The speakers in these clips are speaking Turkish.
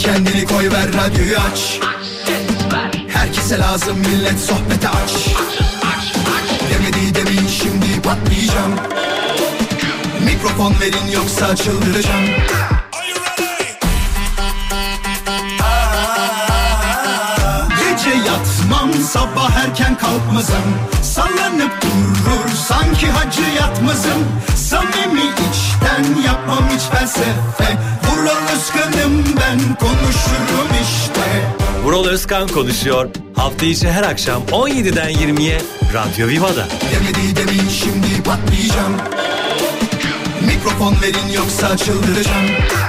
kendini koy ver radyoyu aç. Herkese lazım millet sohbete aç. Demedi demin şimdi patlayacağım. Mikrofon verin yoksa çıldıracağım. Gece yatmam sabah erken kalkmazım. Sallanıp durur sanki hacı yatmazım. Samimi içten yapmam hiç felsefe. Vural Özkan'ım ben konuşurum işte. Vural Özkan konuşuyor. Hafta içi her akşam 17'den 20'ye Radyo Viva'da. Demedi demin şimdi patlayacağım. Mikrofon verin yoksa çıldıracağım.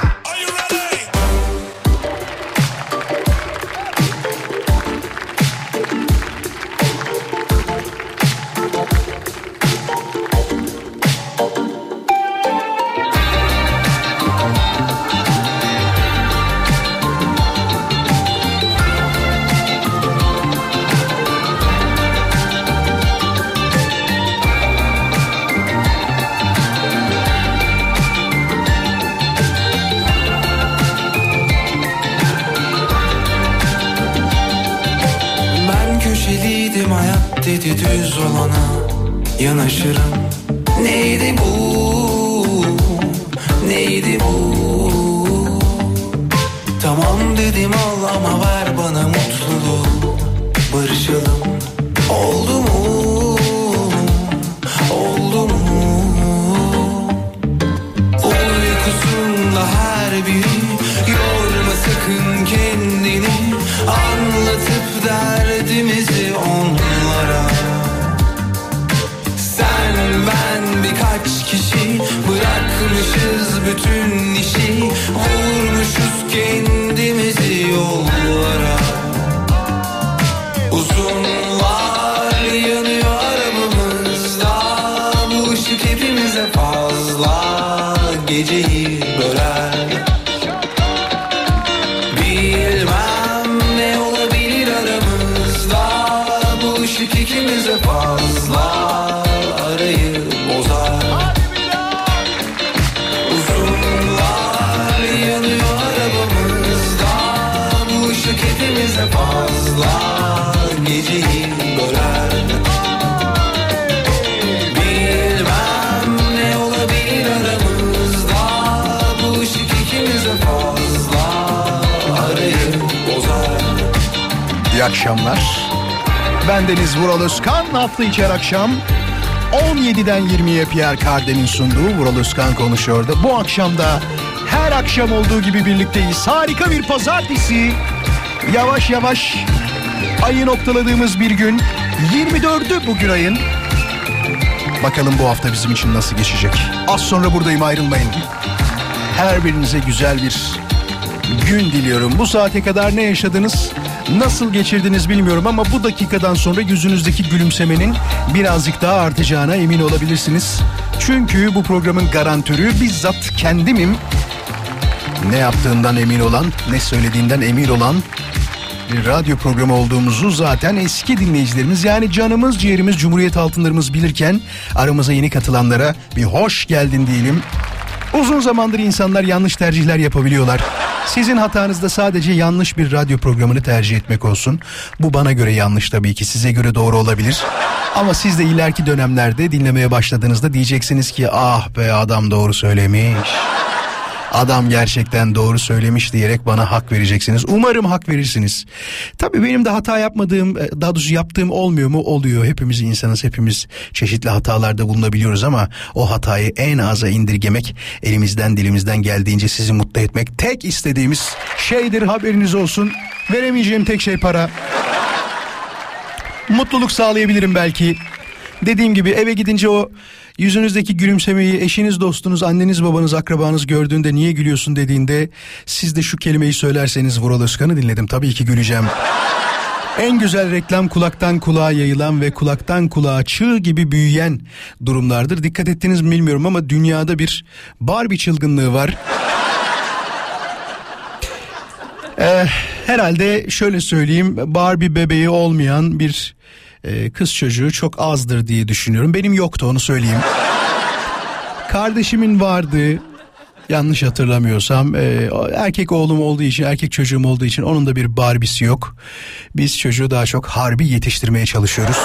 Dedi düz olana yanaşırım. Neydi bu? Neydi bu? Tamam dedim al ama ver bana mutluluğu. Barışalım. Oldu mu? Oldu mu? Uykusunda her biri yorma sakın kendini. Anlatıp derdimizi onlara. Sen ben birkaç kişi bırakmışız bütün işi. Vurmuşuz kendimizi yollara. Uzunlar yanıyor arabamızda. Bu ışık hepimize fazla. Geceyi böler. Bilmem ne olabilir aramızda. Bu ışık ikimize fazla. Arayı bozar. Uzunlar yanıyor arabamızda. Bu ışık hepimize fazla. Geceyi böler. Bilmem ne olabilir aramızda. Bu ışık ikimize fazla. Arayı bozar. İyi akşamlar. Bendeniz Vural Özkan. Hafta içi her akşam 17'den 20'ye Pierre Cardin'in sunduğu Vural Özkan konuşuyordu. Bu akşam da her akşam olduğu gibi birlikteyiz. Harika bir pazartesi. Yavaş yavaş ayı noktaladığımız bir gün. 24'ü bugün ayın. Bakalım bu hafta bizim için nasıl geçecek. Az sonra buradayım, ayrılmayın. Her birinize güzel bir gün diliyorum. Bu saate kadar ne yaşadınız, nasıl geçirdiniz bilmiyorum ama bu dakikadan sonra yüzünüzdeki gülümsemenin birazcık daha artacağına emin olabilirsiniz. Çünkü bu programın garantörü bizzat kendimim. Ne yaptığından emin olan, ne söylediğinden emin olan bir radyo programı olduğumuzu zaten eski dinleyicilerimiz, yani canımız ciğerimiz Cumhuriyet altınlarımız bilirken aramıza yeni katılanlara bir hoş geldin diyelim. Uzun zamandır insanlar yanlış tercihler yapabiliyorlar. Sizin hatanız da sadece yanlış bir radyo programını tercih etmek olsun. Bu bana göre yanlış tabii ki, size göre doğru olabilir. Ama siz de ileriki dönemlerde dinlemeye başladığınızda diyeceksiniz ki ah be adam doğru söylemiş. Adam gerçekten doğru söylemiş diyerek bana hak vereceksiniz. Umarım hak verirsiniz. Tabii benim de hata yapmadığım, daha doğrusu yaptığım olmuyor mu? Oluyor. Hepimiz insanız, hepimiz çeşitli hatalarda bulunabiliyoruz ama o hatayı en aza indirgemek, elimizden dilimizden geldiğince sizi mutlu etmek tek istediğimiz şeydir, haberiniz olsun. Veremeyeceğim tek şey para. Mutluluk sağlayabilirim belki. Dediğim gibi eve gidince o yüzünüzdeki gülümsemeyi eşiniz, dostunuz, anneniz, babanız, akrabanız gördüğünde niye gülüyorsun dediğinde siz de şu kelimeyi söylerseniz Vural Özkan'ı dinledim, tabii ki güleceğim. En güzel reklam kulaktan kulağa yayılan ve kulaktan kulağa çığ gibi büyüyen durumlardır. Dikkat ettiniz mi bilmiyorum ama dünyada bir Barbie çılgınlığı var. Herhalde şöyle söyleyeyim, Barbie bebeği olmayan bir kız çocuğu çok azdır diye düşünüyorum. Benim yoktu, onu söyleyeyim. Kardeşimin vardı. Yanlış hatırlamıyorsam erkek oğlum olduğu için, erkek çocuğum olduğu için onun da bir Barbie'si yok. Biz çocuğu daha çok harbi yetiştirmeye çalışıyoruz.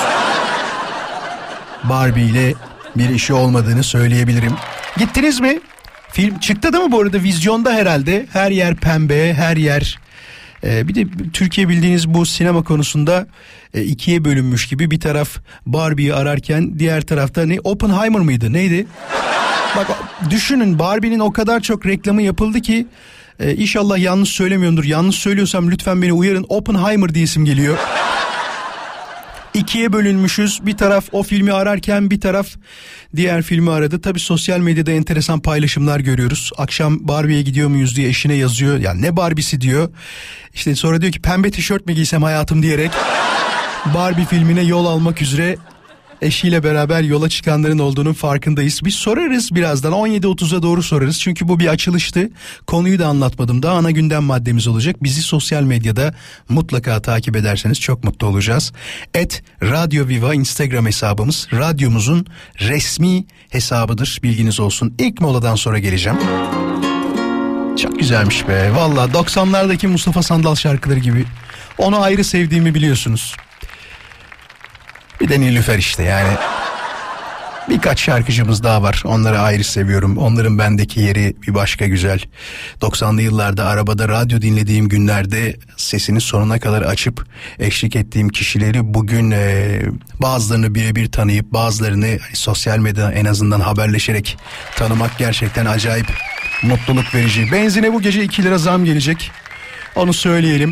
Barbie ile bir işi olmadığını söyleyebilirim. Gittiniz mi? Film çıktı değil mi bu arada? Vizyonda herhalde. Her yer pembe, her yer... bir de Türkiye bildiğiniz bu sinema konusunda ikiye bölünmüş gibi. Bir taraf Barbie'yi ararken diğer tarafta ne? Oppenheimer mıydı? Neydi? Bak düşünün, Barbie'nin o kadar çok reklamı yapıldı ki inşallah yanlış söylemiyorumdur. Yanlış söylüyorsam lütfen beni uyarın. Oppenheimer diye isim geliyor. İkiye bölünmüşüz. Bir taraf o filmi ararken bir taraf diğer filmi aradı. Tabii sosyal medyada enteresan paylaşımlar görüyoruz. Akşam Barbie'ye gidiyor muyuz diye eşine yazıyor. Ya ne Barbie'si diyor. İşte sonra diyor ki pembe tişört mü giysem hayatım diyerek Barbie filmine yol almak üzere eşiyle beraber yola çıkanların olduğunun farkındayız. Biz sorarız birazdan 17.30'a doğru sorarız. Çünkü bu bir açılıştı. Konuyu da anlatmadım. Daha ana gündem maddemiz olacak. Bizi sosyal medyada mutlaka takip ederseniz çok mutlu olacağız. @Radyo Viva Instagram hesabımız. Radyomuzun resmi hesabıdır. Bilginiz olsun. İlk moladan sonra geleceğim. Çok güzelmiş be. Valla 90'lardaki Mustafa Sandal şarkıları gibi. Onu ayrı sevdiğimi biliyorsunuz. Bir de Nilüfer işte yani. Birkaç şarkıcımız daha var. Onları ayrı seviyorum. Onların bendeki yeri bir başka güzel. 90'lı yıllarda arabada radyo dinlediğim günlerde sesini sonuna kadar açıp eşlik ettiğim kişileri bugün bazılarını birebir tanıyıp bazılarını sosyal medyada en azından haberleşerek tanımak gerçekten acayip mutluluk verici. Benzine bu gece 2 lira zam gelecek. Onu söyleyelim.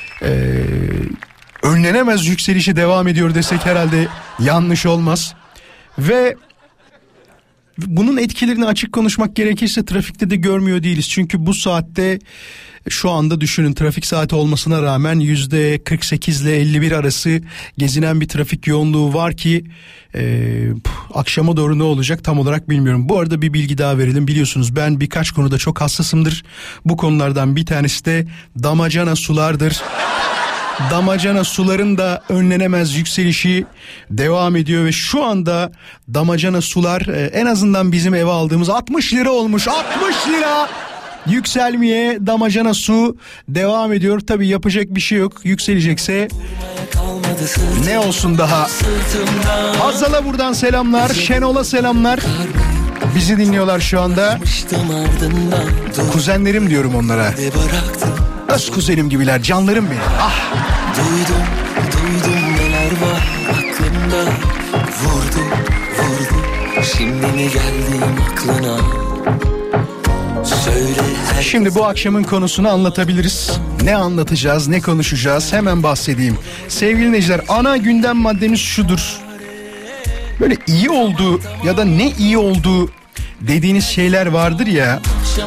Önlenemez yükselişi devam ediyor desek herhalde yanlış olmaz. Ve bunun etkilerini açık konuşmak gerekirse trafikte de görmüyor değiliz. Çünkü bu saatte şu anda düşünün, trafik saati olmasına rağmen %48 ile 51 arası gezinen bir trafik yoğunluğu var ki akşama doğru ne olacak tam olarak bilmiyorum. Bu arada bir bilgi daha verelim. Biliyorsunuz ben birkaç konuda çok hassasımdır. Bu konulardan bir tanesi de damacana sulardır. Damacana suların da önlenemez yükselişi devam ediyor ve şu anda damacana sular en azından bizim eve aldığımız 60 lira olmuş. 60 lira yükselmeye damacana su devam ediyor. Tabii yapacak bir şey yok. Yükselecekse ne olsun daha. Hazal'a buradan selamlar. Şenol'a selamlar. Bizi dinliyorlar şu anda. Kuzenlerim diyorum onlara. Öz kuzenim gibiler, canlarım benim. Ah. Duydum neler var aklımda. Vurdu şimdi mi geldim aklına? Söyle. Şimdi bu akşamın konusunu anlatabiliriz. Ne anlatacağız, ne konuşacağız hemen bahsedeyim. Sevgili dinleyiciler, ana gündem maddemiz şudur. Böyle iyi oldu ya da ne iyi oldu dediğiniz şeyler vardır ya.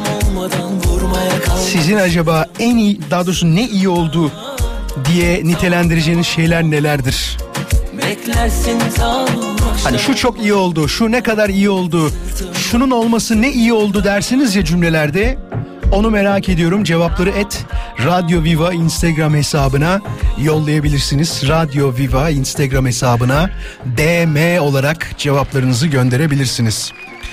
Sizin acaba en iyi, daha doğrusu ne iyi oldu diye nitelendireceğiniz şeyler nelerdir? Hani şu çok iyi oldu, şu ne kadar iyi oldu, şunun olması ne iyi oldu dersiniz ya cümlelerde. Onu merak ediyorum. Cevapları @Radyo Viva Instagram hesabına yollayabilirsiniz. Radyo Viva Instagram hesabına DM olarak cevaplarınızı gönderebilirsiniz.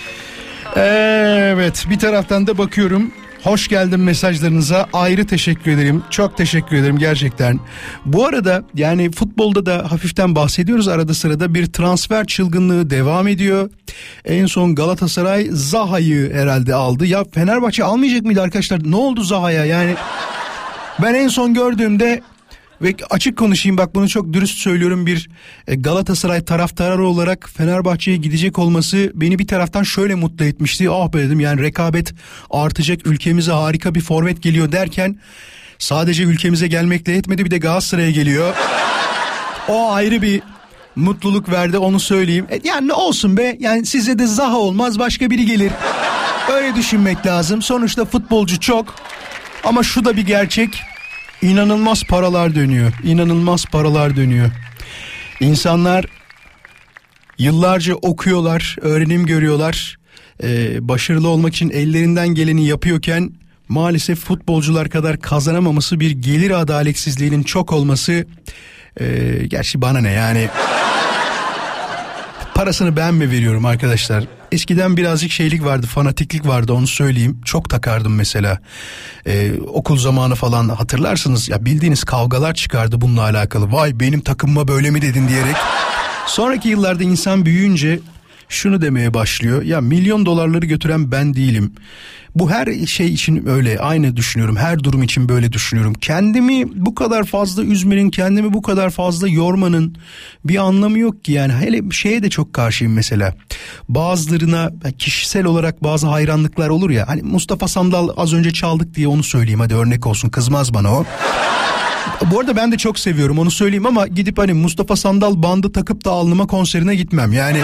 Evet, bir taraftan da bakıyorum. Hoş geldin mesajlarınıza ayrı teşekkür ederim. Çok teşekkür ederim gerçekten. Bu arada yani futbolda da hafiften bahsediyoruz arada sırada, bir transfer çılgınlığı devam ediyor. En son Galatasaray Zaha'yı herhalde aldı. Ya Fenerbahçe almayacak mıydı arkadaşlar? Ne oldu Zaha'ya? Yani ben en son gördüğümde ve açık konuşayım, bak bunu çok dürüst söylüyorum, bir Galatasaray taraftarı olarak Fenerbahçe'ye gidecek olması beni bir taraftan şöyle mutlu etmişti. Ah be dedim, yani rekabet artacak, ülkemize harika bir forvet geliyor derken sadece ülkemize gelmekle yetmedi, bir de Galatasaray'a geliyor. O ayrı bir mutluluk verdi, onu söyleyeyim. Yani ne olsun be, yani size de Zaha olmaz başka biri gelir. Öyle düşünmek lazım. Sonuçta futbolcu çok ama şu da bir gerçek. İnanılmaz paralar dönüyor. İnanılmaz paralar dönüyor. İnsanlar yıllarca okuyorlar, öğrenim görüyorlar. Başarılı olmak için ellerinden geleni yapıyorken maalesef futbolcular kadar kazanamaması, bir gelir adaletsizliğinin çok olması. Gerçi bana ne yani. Parasını ben mi veriyorum arkadaşlar? Eskiden birazcık şeylik vardı, fanatiklik vardı, onu söyleyeyim. Çok takardım mesela. Okul zamanı falan hatırlarsınız ya, bildiğiniz kavgalar çıkardı bununla alakalı. Vay benim takımıma böyle mi dedin diyerek. Sonraki yıllarda insan büyüyünce şunu demeye başlıyor. Ya milyon dolarları götüren ben değilim. Bu her şey için öyle, aynı düşünüyorum. Her durum için böyle düşünüyorum. Kendimi bu kadar fazla üzmenin, kendimi bu kadar fazla yormanın bir anlamı yok ki. Yani hele şeye de çok karşıyım mesela. Bazılarına kişisel olarak bazı hayranlıklar olur ya. Hani Mustafa Sandal az önce çaldık diye onu söyleyeyim, hadi örnek olsun, kızmaz bana o. Bu arada ben de çok seviyorum, onu söyleyeyim, ama gidip hani Mustafa Sandal bandı takıp da alnıma konserine gitmem. Yani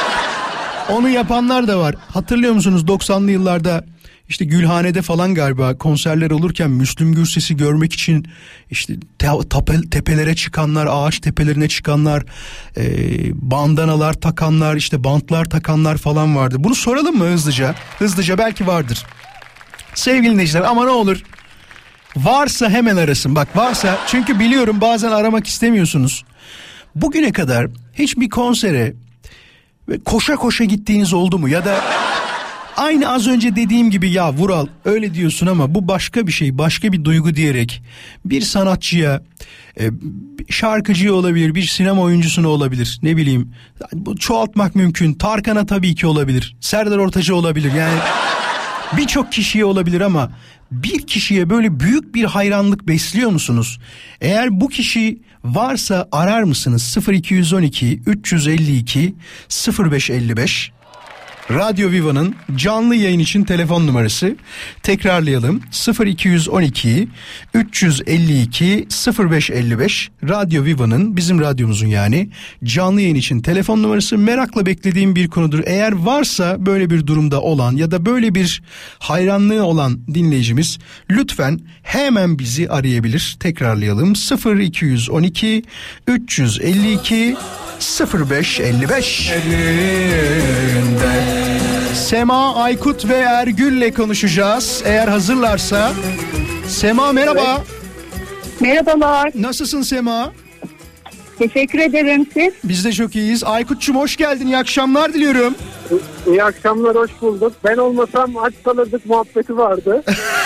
onu yapanlar da var. Hatırlıyor musunuz 90'lı yıllarda işte Gülhane'de falan galiba konserler olurken Müslüm Gürses'i görmek için işte tepelere çıkanlar, ağaç tepelerine çıkanlar, bandanalar takanlar, işte bantlar takanlar falan vardı. Bunu soralım mı hızlıca? Hızlıca, belki vardır. Sevgili dinleyiciler, ama ne olur varsa hemen arasın. Bak varsa, çünkü biliyorum bazen aramak istemiyorsunuz. Bugüne kadar hiçbir konsere koşa koşa gittiğiniz oldu mu? Ya da aynı az önce dediğim gibi, ya Vural öyle diyorsun ama bu başka bir şey, başka bir duygu diyerek bir sanatçıya, şarkıcıya olabilir, bir sinema oyuncusuna olabilir, ne bileyim, bu çoğaltmak mümkün. Tarkan'a tabii ki olabilir, Serdar Ortaç'a olabilir, yani birçok kişiye olabilir, ama bir kişiye böyle büyük bir hayranlık besliyor musunuz? Eğer bu kişi varsa arar mısınız? 0212 352 0555 Radyo Viva'nın canlı yayın için telefon numarası. Tekrarlayalım: 0212 352 0555 Radyo Viva'nın, bizim radyomuzun yani, canlı yayın için telefon numarası. Merakla beklediğim bir konudur. Eğer varsa böyle bir durumda olan ya da böyle bir hayranlığı olan dinleyicimiz lütfen hemen bizi arayabilir. Tekrarlayalım: 0212 352 0555. Sema, Aykut ve Ergül'le konuşacağız. Eğer hazırlarsa. Sema merhaba. Merhabalar. Nasılsın Sema? Teşekkür ederim, siz? Biz de çok iyiyiz. Aykut'cum hoş geldin. İyi akşamlar diliyorum. İyi akşamlar, hoş bulduk. Ben olmasam aç kalırdık muhabbeti vardı.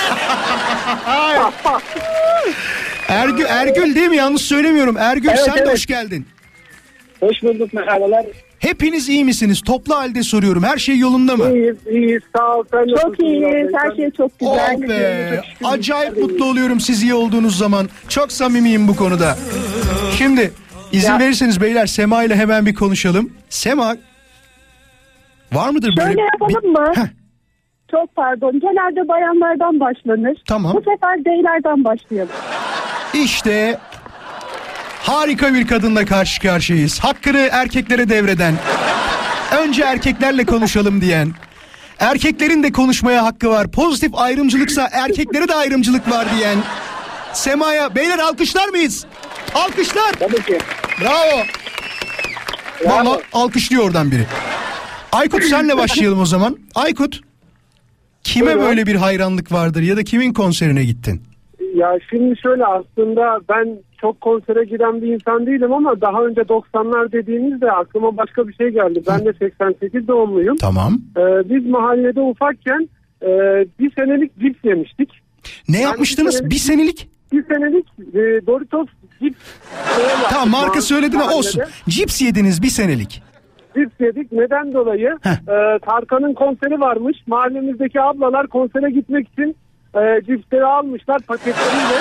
Ergül değil mi? Yanlış söylemiyorum. Ergül, evet, sen evet. de hoş geldin. Hoş bulduk, merhabalar. Hepiniz iyi misiniz? Toplu halde soruyorum. Her şey yolunda mı? İyiyiz, sağ ol. Sen Çok iyiyiz, her şey çok güzel. Oh be, acayip mutlu oluyorum siz iyi olduğunuz zaman. Çok samimiyim bu konuda. Şimdi izin verirseniz beyler, Sema ile hemen bir konuşalım. Sema, var mıdır böyle? Şöyle yapalım mı? Çok pardon, genelde bayanlardan başlanır. Tamam. Bu sefer beylerden başlayalım. İşte harika bir kadınla karşı karşıyayız. Hakkını erkeklere devreden, önce erkeklerle konuşalım diyen, erkeklerin de konuşmaya hakkı var, pozitif ayrımcılıksa erkeklere de ayrımcılık var diyen Sema'ya beyler alkışlar mıyız? Alkışlar. Tabii ki. Bravo. Vallahi alkışlıyor oradan biri. Aykut, senle başlayalım o zaman. Aykut, kime böyle bir hayranlık vardır ya da kimin konserine gittin? Ya şimdi şöyle, aslında ben çok konsere giden bir insan değilim ama daha önce 90'lar dediğimizde aklıma başka bir şey geldi. Ben de 88 doğumluyum. Tamam. Biz mahallede ufakken bir senelik cips yemiştik. Ne yapmıştınız? Bir senelik? Bir senelik Doritos cips. Tamam, marka söyledin ama olsun. Cips yediniz bir senelik. Cips yedik. Neden dolayı? Tarkan'ın konseri varmış. Mahallemizdeki ablalar konsere gitmek için cipsleri almışlar paketleriyle.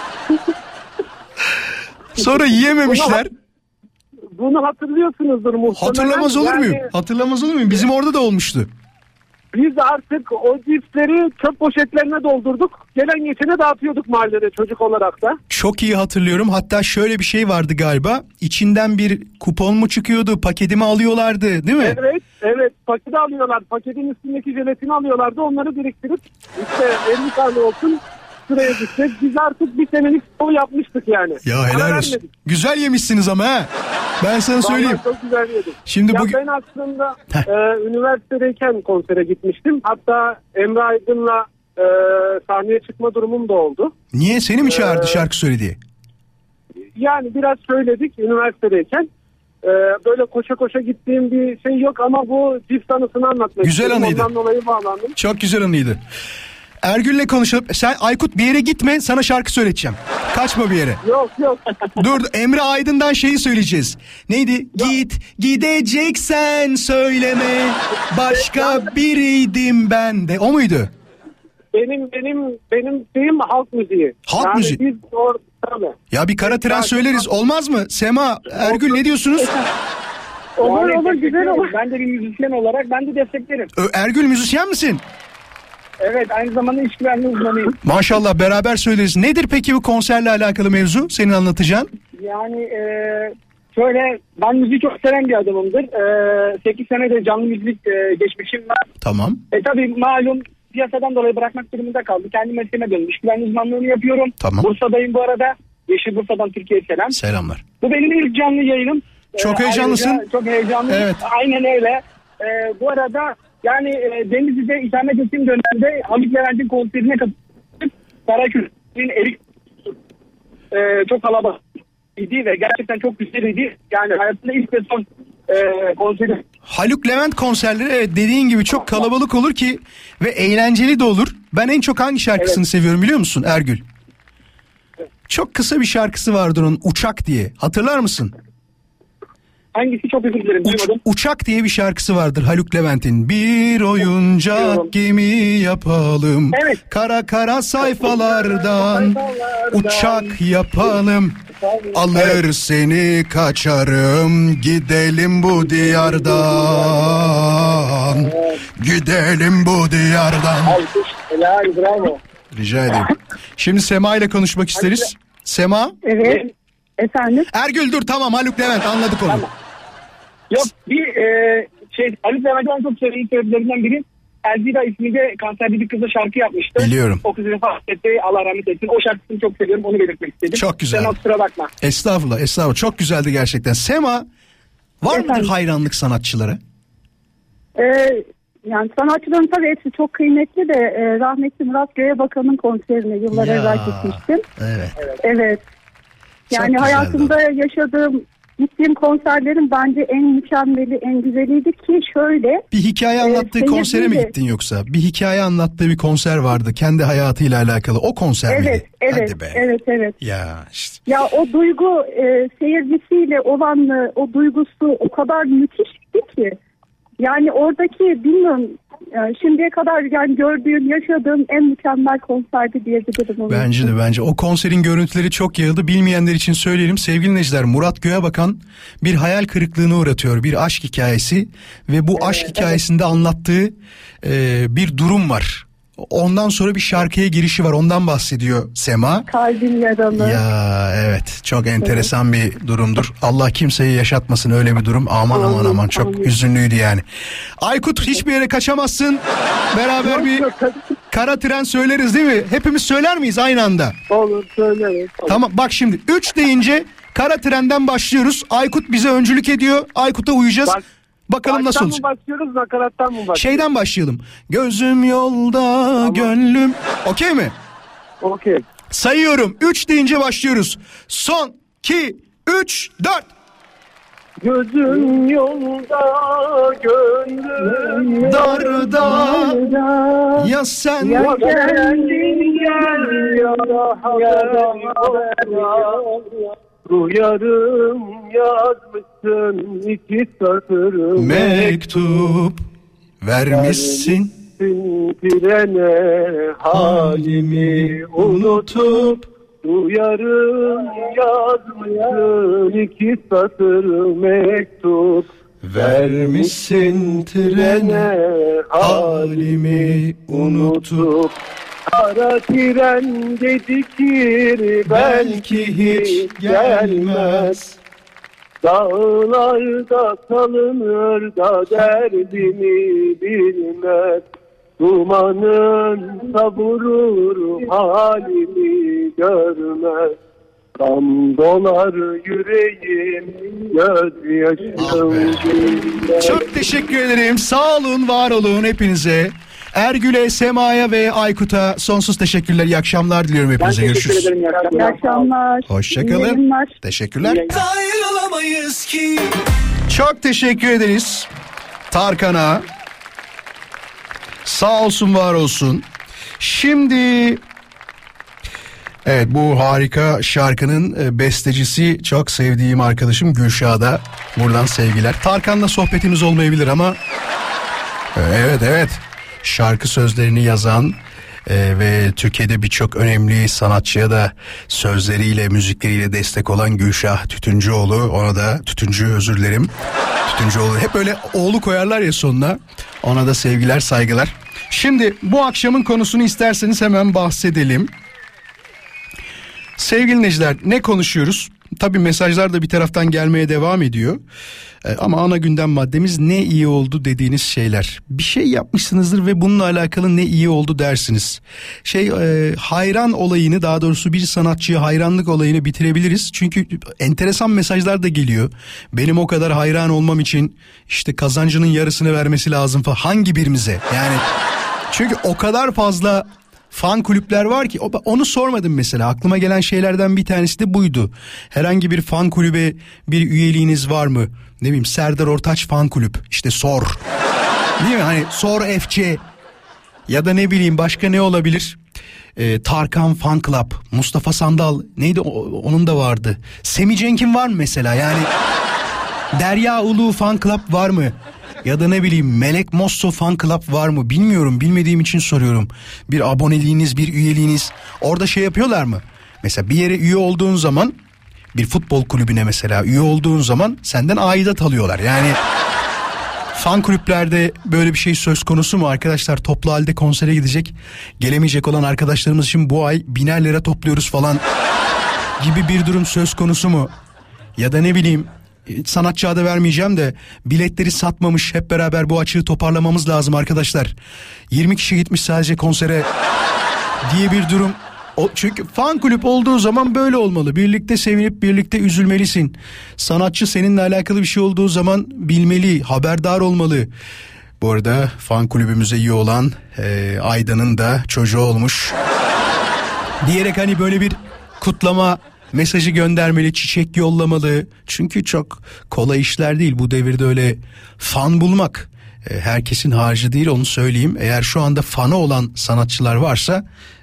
Sonra yiyememişler. Bunu hatırlıyorsunuzdur muhtemelen. Hatırlamaz olur muyum? Hatırlamaz olur muyum? Bizim orada da olmuştu. Biz artık o cipsleri çöp poşetlerine doldurduk. Gelen geçene dağıtıyorduk mahallede çocuk olarak da. Çok iyi hatırlıyorum. Hatta şöyle bir şey vardı galiba. İçinden bir kupon mu çıkıyordu? Paketimi alıyorlardı, değil mi? Evet. Paketi alıyorlar. Paketin üstündeki jelatini alıyorlardı. Onları biriktirip işte 50 tane olsun sıraya gidecek. Biz artık bir senelik stoğu yapmıştık yani. Ya helal olsun. Güzel yemişsiniz ama ha. Ben sana söyleyeyim. Vallahi çok güzel yedim. Şimdi ya bugün... ben aslında üniversitedeyken konsere gitmiştim. Hatta Emre Aydın'la sahneye çıkma durumum da oldu. Niye? Seni mi çağırdı şarkı söyledi? Yani biraz söyledik üniversitedeyken. Böyle koşa koşa gittiğim bir şey yok ama bu cips anısını anlatmak Güzel istedim. anıydı. Ondan dolayı bağlandım. Çok güzel anıydı. Ergül'le konuşalım. Sen Aykut bir yere gitme, sana şarkı söyleteceğim. Kaçma bir yere. Yok. Dur, Emre Aydın'dan şeyi söyleyeceğiz. Neydi? Gideceksen söyleme, başka biriydim ben de. O muydu? Benim şeyim halk müziği. Halk müziği. Biz orada. Ya bir kara tren söyleriz, olmaz mı? Sema, Ergül ne diyorsunuz? Olur güzel olur. Ben de bir müzisyen olarak ben de desteklerim. Ergül müzisyen misin? Evet, aynı zamanda iş güvenliği uzmanıyım. Maşallah, beraber söyleriz. Nedir peki bu konserle alakalı mevzu? Senin anlatacağın. Yani şöyle, ben müziği çok seven bir adamımdır. 8 senedir canlı müzik geçmişim var. Tamam. Tabii malum piyasadan dolayı bırakmak durumunda kaldı. Kendi mesleğime döndüm. İş güvenliği uzmanlığını yapıyorum. Tamam. Bursa'dayım bu arada. Yeşil Bursa'dan Türkiye'ye selam. Selamlar. Bu benim ilk canlı yayınım. Çok heyecanlısın. Ayrıca çok heyecanlıyım. Evet. Aynen öyle. Bu arada yani Denizli'de ikamet ettiğim dönemde Hamit Levent'in konserine katıldım. Karaköy'ün erik çok kalabalık idi ve gerçekten çok güzeldi. Yani hayatımda ilk ve son konseri. Haluk Levent konserleri, evet, dediğin gibi çok kalabalık olur ki ve eğlenceli de olur. Ben en çok hangi şarkısını seviyorum biliyor musun Ergül? Çok kısa bir şarkısı vardır onun, Uçak diye. Hatırlar mısın? Hangisi, çok özür dilerim, duymadım. Uçak diye bir şarkısı vardır Haluk Levent'in. Bir oyuncak gemi yapalım. Evet. Kara kara sayfalardan uçak yapalım. Alır seni kaçarım, gidelim bu diyardan. Gidelim bu diyardan. Alkış, helal, bravo. Rica ederim. Şimdi Sema ile konuşmak isteriz. Sema. Evet. Efendim? Ergül dur, tamam, Haluk Levent, anladık onu. Tamam. Yok, bir Haluk Levent'in çok sevdiğim sebeplerinden biri, Elvira isminde kanserli bir kızla şarkı yapmıştı. Biliyorum. O kızı vefat etti, Allah rahmet etsin. O şarkısını çok seviyorum, onu belirtmek istedim. Çok güzel. Sen kusura bakma. Estağfurullah. Çok güzeldi gerçekten. Sema, var mıdır hayranlık sanatçılara? Yani sanatçıların tabii hepsi çok kıymetli de rahmetli Murat Göğebakan'ın konserine yıllar evvel gitmiştim. Evet. Yani Çok hayatımda yaşadığım, gittiğim konserlerin bence en mükemmeli, en güzeliydi ki şöyle. Bir hikaye anlattığı konsere mi gittin yoksa? Bir hikaye anlattığı bir konser vardı kendi hayatıyla alakalı. O konser miydi? Hadi be. Evet. Ya işte. Ya o duygu seyircisiyle olan o duygusu o kadar müthişti ki. Yani oradaki bilmiyorum, şimdiye kadar yani gördüğüm, yaşadığım en mükemmel konserdi diyebilirim. Bence o konserin görüntüleri çok yayıldı. Bilmeyenler için söyleyelim sevgili dinleyiciler. Murat Göğebakan bir hayal kırıklığına uğratıyor, bir aşk hikayesi ve bu aşk hikayesinde anlattığı bir durum var. Ondan sonra bir şarkıya girişi var, ondan bahsediyor Sema. Kalbim yaralı. Ya evet, çok enteresan bir durumdur. Allah kimseyi yaşatmasın öyle bir durum. Aman çok hüzünlüydü yani. Aykut, hiçbir yere kaçamazsın. Beraber bir kara tren söyleriz değil mi? Hepimiz söyler miyiz aynı anda? Olur, söyleriz. Tamam, bak şimdi 3 deyince kara trenden başlıyoruz. Aykut bize öncülük ediyor. Aykut'a uyacağız. Bakalım nasıl olacak. Baştan mı başlıyoruz, nakarattan mı başlıyoruz? Şeyden başlayalım. Gözüm yolda, tamam. Gönlüm. Okey mi? Okey. Sayıyorum. 3 deyince başlıyoruz. Son 2, 3, 4. Gözüm yolda, gönlüm darda, ya sen ya kendin gel ya duyarım yazmışsın 2 satır mektup vermişsin trene halimi unutup duyarım yazmışsın 2 satır mektup vermişsin trene halimi unutup. Kara tren gecikir belki hiç gelmez. Dağlarda salınır da derdimi bilmez. Dumanın savurur halimi görmez. Kan dolar yüreğim, gözyaşım. Çok teşekkür ederim. Sağ olun, var olun hepinize. Ergül'e, Sema'ya ve Aykut'a sonsuz teşekkürler. İyi akşamlar diliyorum hepinize. Ben teşekkür Görüşürüz. ederim. İyi akşamlar. Hoşçakalın. İyi yayınlar. Teşekkürler. Ayrılamayız ki. Çok teşekkür ederiz Tarkan'a. Sağ olsun, var olsun. Şimdi evet, bu harika şarkının bestecisi çok sevdiğim arkadaşım Gülşah'da. Buradan sevgiler. Tarkan'la sohbetimiz olmayabilir ama evet şarkı sözlerini yazan ve Türkiye'de birçok önemli sanatçıya da sözleriyle, müzikleriyle destek olan Gülşah Tütüncüoğlu. Ona da Tütüncüoğlu, hep böyle oğlu koyarlar ya sonuna. Ona da sevgiler, saygılar. Şimdi bu akşamın konusunu isterseniz hemen bahsedelim. Sevgili dinleyiciler, ne konuşuyoruz? Tabii mesajlar da bir taraftan gelmeye devam ediyor. Ama ana gündem maddemiz ne iyi oldu dediğiniz şeyler. Bir şey yapmışsınızdır ve bununla alakalı ne iyi oldu dersiniz. Hayran olayını, daha doğrusu bir sanatçıya hayranlık olayını bitirebiliriz. Çünkü enteresan mesajlar da geliyor. Benim o kadar hayran olmam için işte kazancının yarısını vermesi lazım falan. Hangi birimize? Yani çünkü o kadar fazla fan kulüpler var ki onu sormadım mesela. Aklıma gelen şeylerden bir tanesi de buydu. Herhangi bir fan kulübe bir üyeliğiniz var mı? Ne bileyim, Serdar Ortaç fan kulüp, işte SOR. Değil mi? Hani SOR FC ya da ne bileyim başka ne olabilir? Tarkan fan club, Mustafa Sandal neydi, onun da vardı. Semih Cenk'in var mı mesela? Yani Derya Ulu fan club var mı? Ya da ne bileyim Melek Mosso fan club var mı? Bilmiyorum, bilmediğim için soruyorum. Bir aboneliğiniz, bir üyeliğiniz. Orada şey yapıyorlar mı? Mesela bir yere üye olduğun zaman, bir futbol kulübüne mesela üye olduğun zaman senden aidat alıyorlar. Yani fan kulüplerde böyle bir şey söz konusu mu arkadaşlar? Toplu halde konsere gidecek, gelemeyecek olan arkadaşlarımız için bu ay 1000'er lira topluyoruz falan gibi bir durum söz konusu mu? Ya da ne bileyim, sanatçı adı vermeyeceğim de biletleri satmamış, hep beraber bu açığı toparlamamız lazım arkadaşlar. 20 kişi gitmiş sadece konsere diye bir durum. Çünkü fan kulüp olduğu zaman böyle olmalı. Birlikte sevinip birlikte üzülmelisin. Sanatçı seninle alakalı bir şey olduğu zaman bilmeli, haberdar olmalı. Bu arada fan kulübümüze üye olan Aydan'ın da çocuğu olmuş diyerek hani böyle bir kutlama mesajı göndermeli, çiçek yollamalı. Çünkü çok kolay işler değil bu devirde öyle fan bulmak. Herkesin harcı değil, onu söyleyeyim. Eğer şu anda fanı olan sanatçılar varsa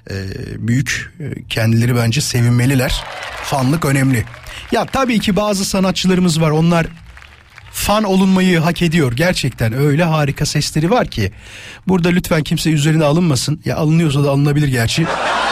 büyük kendileri bence sevinmeliler. Fanlık önemli. Ya tabii ki bazı sanatçılarımız var, onlar fan olunmayı hak ediyor. Gerçekten öyle harika sesleri var ki. Burada lütfen kimse üzerine alınmasın. Ya alınıyorsa da alınabilir gerçi.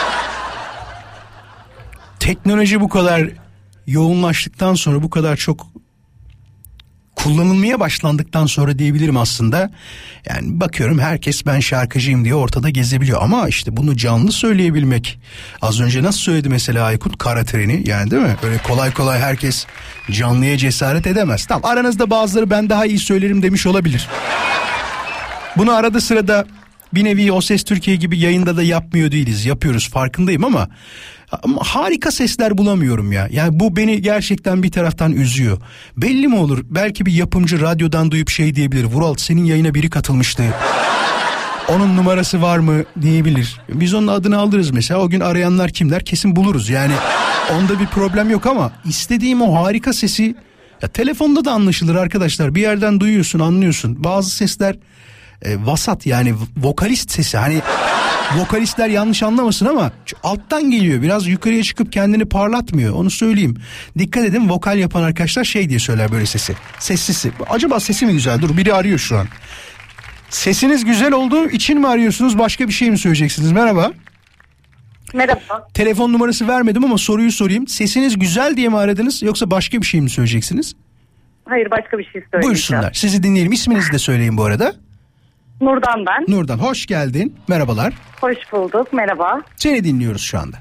Teknoloji bu kadar yoğunlaştıktan sonra, bu kadar çok kullanılmaya başlandıktan sonra diyebilirim aslında. Yani bakıyorum herkes ben şarkıcıyım diye ortada gezebiliyor. Ama işte bunu canlı söyleyebilmek. Az önce nasıl söyledi mesela Aykut, Kara Treni, yani değil mi? Öyle kolay kolay herkes canlıya cesaret edemez. Tamam, aranızda bazıları ben daha iyi söylerim demiş olabilir. Bunu arada sırada bir nevi O Ses Türkiye gibi yayında da yapmıyor değiliz. Yapıyoruz, farkındayım ama harika sesler bulamıyorum ya. Yani bu beni gerçekten bir taraftan üzüyor. Belli mi olur? Belki bir yapımcı radyodan duyup şey diyebilir. Vural, senin yayına biri katılmıştı. Onun numarası var mı diyebilir. Biz onun adını alırız mesela. O gün arayanlar kimler? Kesin buluruz. Yani onda bir problem yok ama istediğim o harika sesi ya telefonda da anlaşılır arkadaşlar. Bir yerden duyuyorsun, anlıyorsun. Bazı sesler vasat, yani vokalist sesi. Hani vokalistler yanlış anlamasın ama alttan geliyor. Biraz yukarıya çıkıp kendini parlatmıyor. Onu söyleyeyim. Dikkat edin, vokal yapan arkadaşlar şey diye söyler böyle sesi. Sessiz. Acaba sesi mi güzel? Dur, biri arıyor şu an. Sesiniz güzel olduğu için mi arıyorsunuz? Başka bir şey mi söyleyeceksiniz? Merhaba. Merhaba. Telefon numarası vermedim ama soruyu sorayım. Sesiniz güzel diye mi aradınız yoksa başka bir şey mi söyleyeceksiniz? Hayır, başka bir şey söyleyeceğim. Buyursunlar. Sizi dinleyelim. İsminizi de söyleyin bu arada. Nurdan ben. Nurdan, hoş geldin. Merhabalar. Hoş bulduk. Merhaba. Seni dinliyoruz şu anda.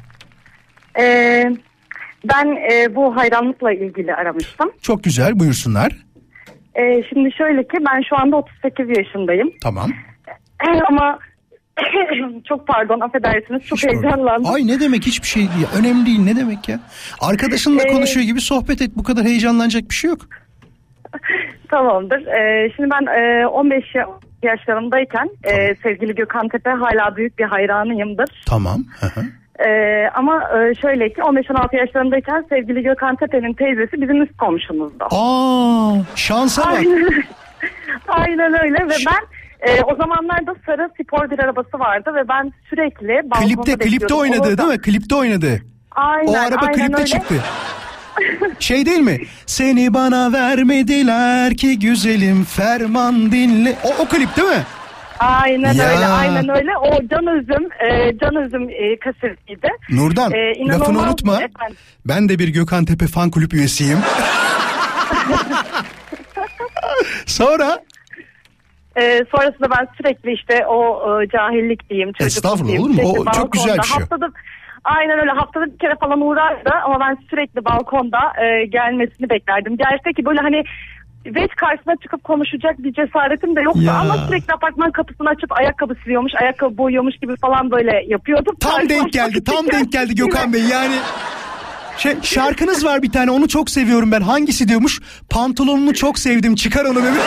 Ben bu hayranlıkla ilgili aramıştım. Çok güzel, buyursunlar. Şimdi şöyle ki ben şu anda 38 yaşındayım. Tamam. Ama çok pardon, affedersiniz, çok heyecanlandım. Ay ne demek, hiçbir şey değil. Önemli değil, ne demek ya. Arkadaşınla konuşuyor gibi sohbet et, bu kadar heyecanlanacak bir şey yok. Tamamdır. Şimdi ben 15 yaşlarımdayken sevgili Gökhan Tepe hala büyük bir hayranıyımdır. Tamam. Hı-hı. Ama şöyle ki 15-16 yaşlarındayken sevgili Gökhan Tepe'nin teyzesi bizim üst komşumuzdu. Şansa bak. Aynen öyle ve ben o zamanlarda sarı spor bir arabası vardı ve ben sürekli balkonda Klipte oynadı orada. Değil mi? Klipte oynadı. Aynen, o araba klipte öyle. Çıktı. Şey değil mi? Seni bana vermediler ki güzelim ferman dinle. O klip değil mi? Aynen öyle. O Can Özüm kasetiydi. Nurdan lafını unutma. Efendim. Ben de bir Gökhan Tepe fan kulüp üyesiyim. Sonrasında ben sürekli işte o cahillik diyeyim, çocukluk Estağfurullah diyeyim. olur mu? O çok güzel bir şey. Aynen öyle, haftada bir kere falan uğrardı ama ben sürekli balkonda gelmesini beklerdim. Gelse ki böyle hani veç karşısına çıkıp konuşacak bir cesaretim de yoktu ama sürekli apartman kapısını açıp ayakkabı siliyormuş, ayakkabı boyuyormuş gibi falan böyle yapıyordum. Tam denk geldi Gökhan Bey yani. Şarkınız var bir tane, onu çok seviyorum ben. Hangisi diyormuş? Pantolonunu çok sevdim, çıkar onu bebeğim.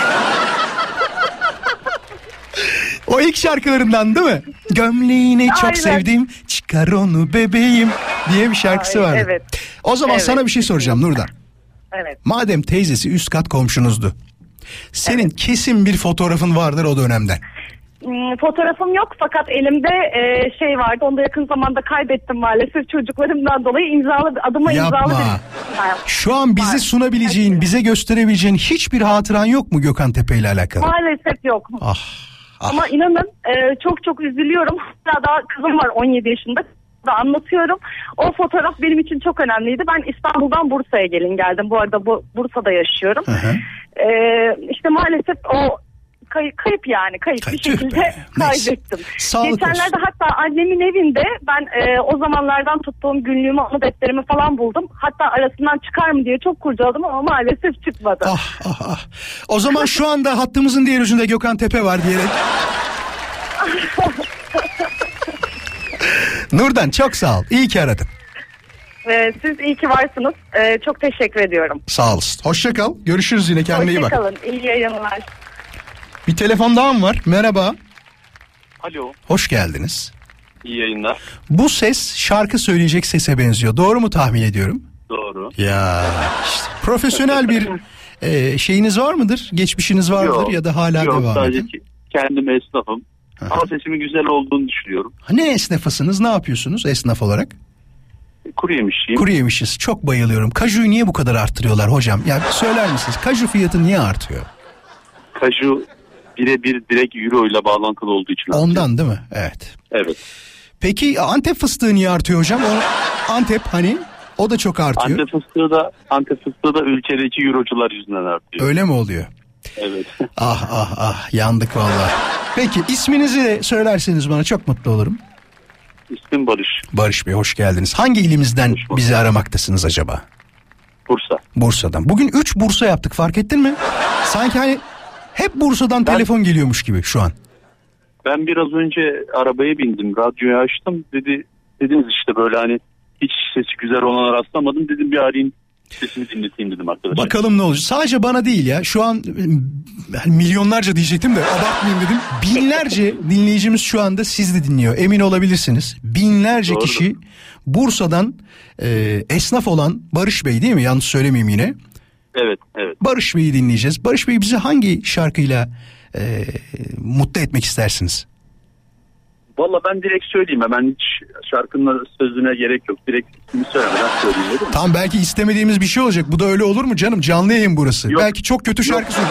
O ilk şarkılarından değil mi? Gömleğini çok sevdim, çıkar onu bebeğim diye bir şarkısı vardı. Evet. O zaman sana bir şey soracağım Nurdan. Evet. Madem teyzesi üst kat komşunuzdu. Senin kesin bir fotoğrafın vardır o dönemden. Fotoğrafım yok fakat elimde şey vardı. Onu da yakın zamanda kaybettim maalesef çocuklarımdan dolayı. İmzalı bir. Şu an bize sunabileceğin, bize gösterebileceğin hiçbir hatıran yok mu Gökhan Tepe ile alakalı? Maalesef yok. Ama inanın çok üzülüyorum. Hatta daha kızım var 17 yaşında. Da anlatıyorum. O fotoğraf benim için çok önemliydi. Ben İstanbul'dan Bursa'ya geldim. Bu arada Bursa'da yaşıyorum. İşte maalesef o kayıp bir şekilde kaybettim. Geçenlerde hatta annemin evinde ben o zamanlardan tuttuğum günlüğümü, anı defterimi falan buldum. Hatta arasından çıkar mı diye çok kurcaladım ama maalesef çıkmadı. O zaman şu anda hattımızın diğer ucunda Gökhan Tepe var diyerek. Nurdan çok sağ ol. İyi ki aradın. Siz iyi ki varsınız. Çok teşekkür ediyorum. Sağ olasın. Hoşça kal. Görüşürüz yine. Kendine iyi bak. Hoşça kalın. İyi yayınlar. Bir telefon daha mı var? Merhaba. Alo. Hoş geldiniz. İyi yayınlar. Bu ses şarkı söyleyecek sese benziyor. Doğru mu tahmin ediyorum? Doğru. Ya işte profesyonel bir şeyiniz var mıdır? Geçmişiniz var mıdır ya da hala devam ediyor? Yok, sadece kendim esnafım. Ama sesimin güzel olduğunu düşünüyorum. Ne esnafısınız? Ne yapıyorsunuz esnaf olarak? Kuru yemişçiyim. Kuru yemişiz. Çok bayılıyorum. Kaju'yu niye bu kadar arttırıyorlar hocam? Ya söyler misiniz? Kaju fiyatı niye artıyor? Kaju birebir direkt euro ile bağlantılı olduğu için artıyor. Ondan değil mi? Evet. Evet. Peki Antep fıstığı niye artıyor hocam? Antep hani o da çok artıyor. Antep fıstığı da ülkedeki eurocular yüzünden artıyor. Öyle mi oluyor? Evet. Yandık vallahi. Peki isminizi de söylerseniz bana çok mutlu olurum. İsmim Barış. Barış Bey hoş geldiniz. Hangi ilimizden bizi aramaktasınız acaba? Bursa. Bursa'dan. Bugün 3 Bursa yaptık, fark ettin mi? Sanki hani hep Bursa'dan telefon geliyormuş gibi şu an. Ben biraz önce arabaya bindim, radyoyu açtım. Dediniz işte böyle hani hiç sesi güzel olana rastlamadım. Dedim bir arayayım, sesimi dinleteyim dedim arkadaşlar. Bakalım ne olacak. Sadece bana değil ya. Şu an milyonlarca diyecektim de abartmayayım dedim. Binlerce dinleyicimiz şu anda siz de dinliyor. Emin olabilirsiniz. Binlerce Doğru. kişi Bursa'dan esnaf olan Barış Bey değil mi? Yanlış söylemeyeyim yine. Evet. Barış Bey'i dinleyeceğiz. Barış Bey bizi hangi şarkıyla mutlu etmek istersiniz? Valla ben direkt söyleyeyim. Ben hiç şarkının sözüne gerek yok. Direkt ismini söylemeden söyleyeyim, değil mi? Tamam, belki istemediğimiz bir şey olacak. Bu da öyle olur mu canım? Canlı yayın burası. Yok. Belki çok kötü şarkı söylüyor.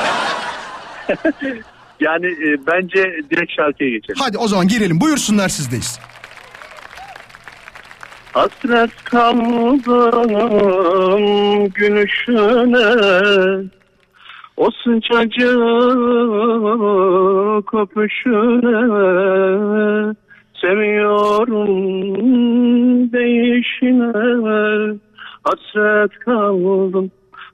Yani bence direkt şarkıya geçelim. Hadi o zaman girelim. Buyursunlar, sizdeyiz. Hasret kaldım gülüşüne, o sıcacık öpüşüne, seviyorum değişine. Hasret kaldım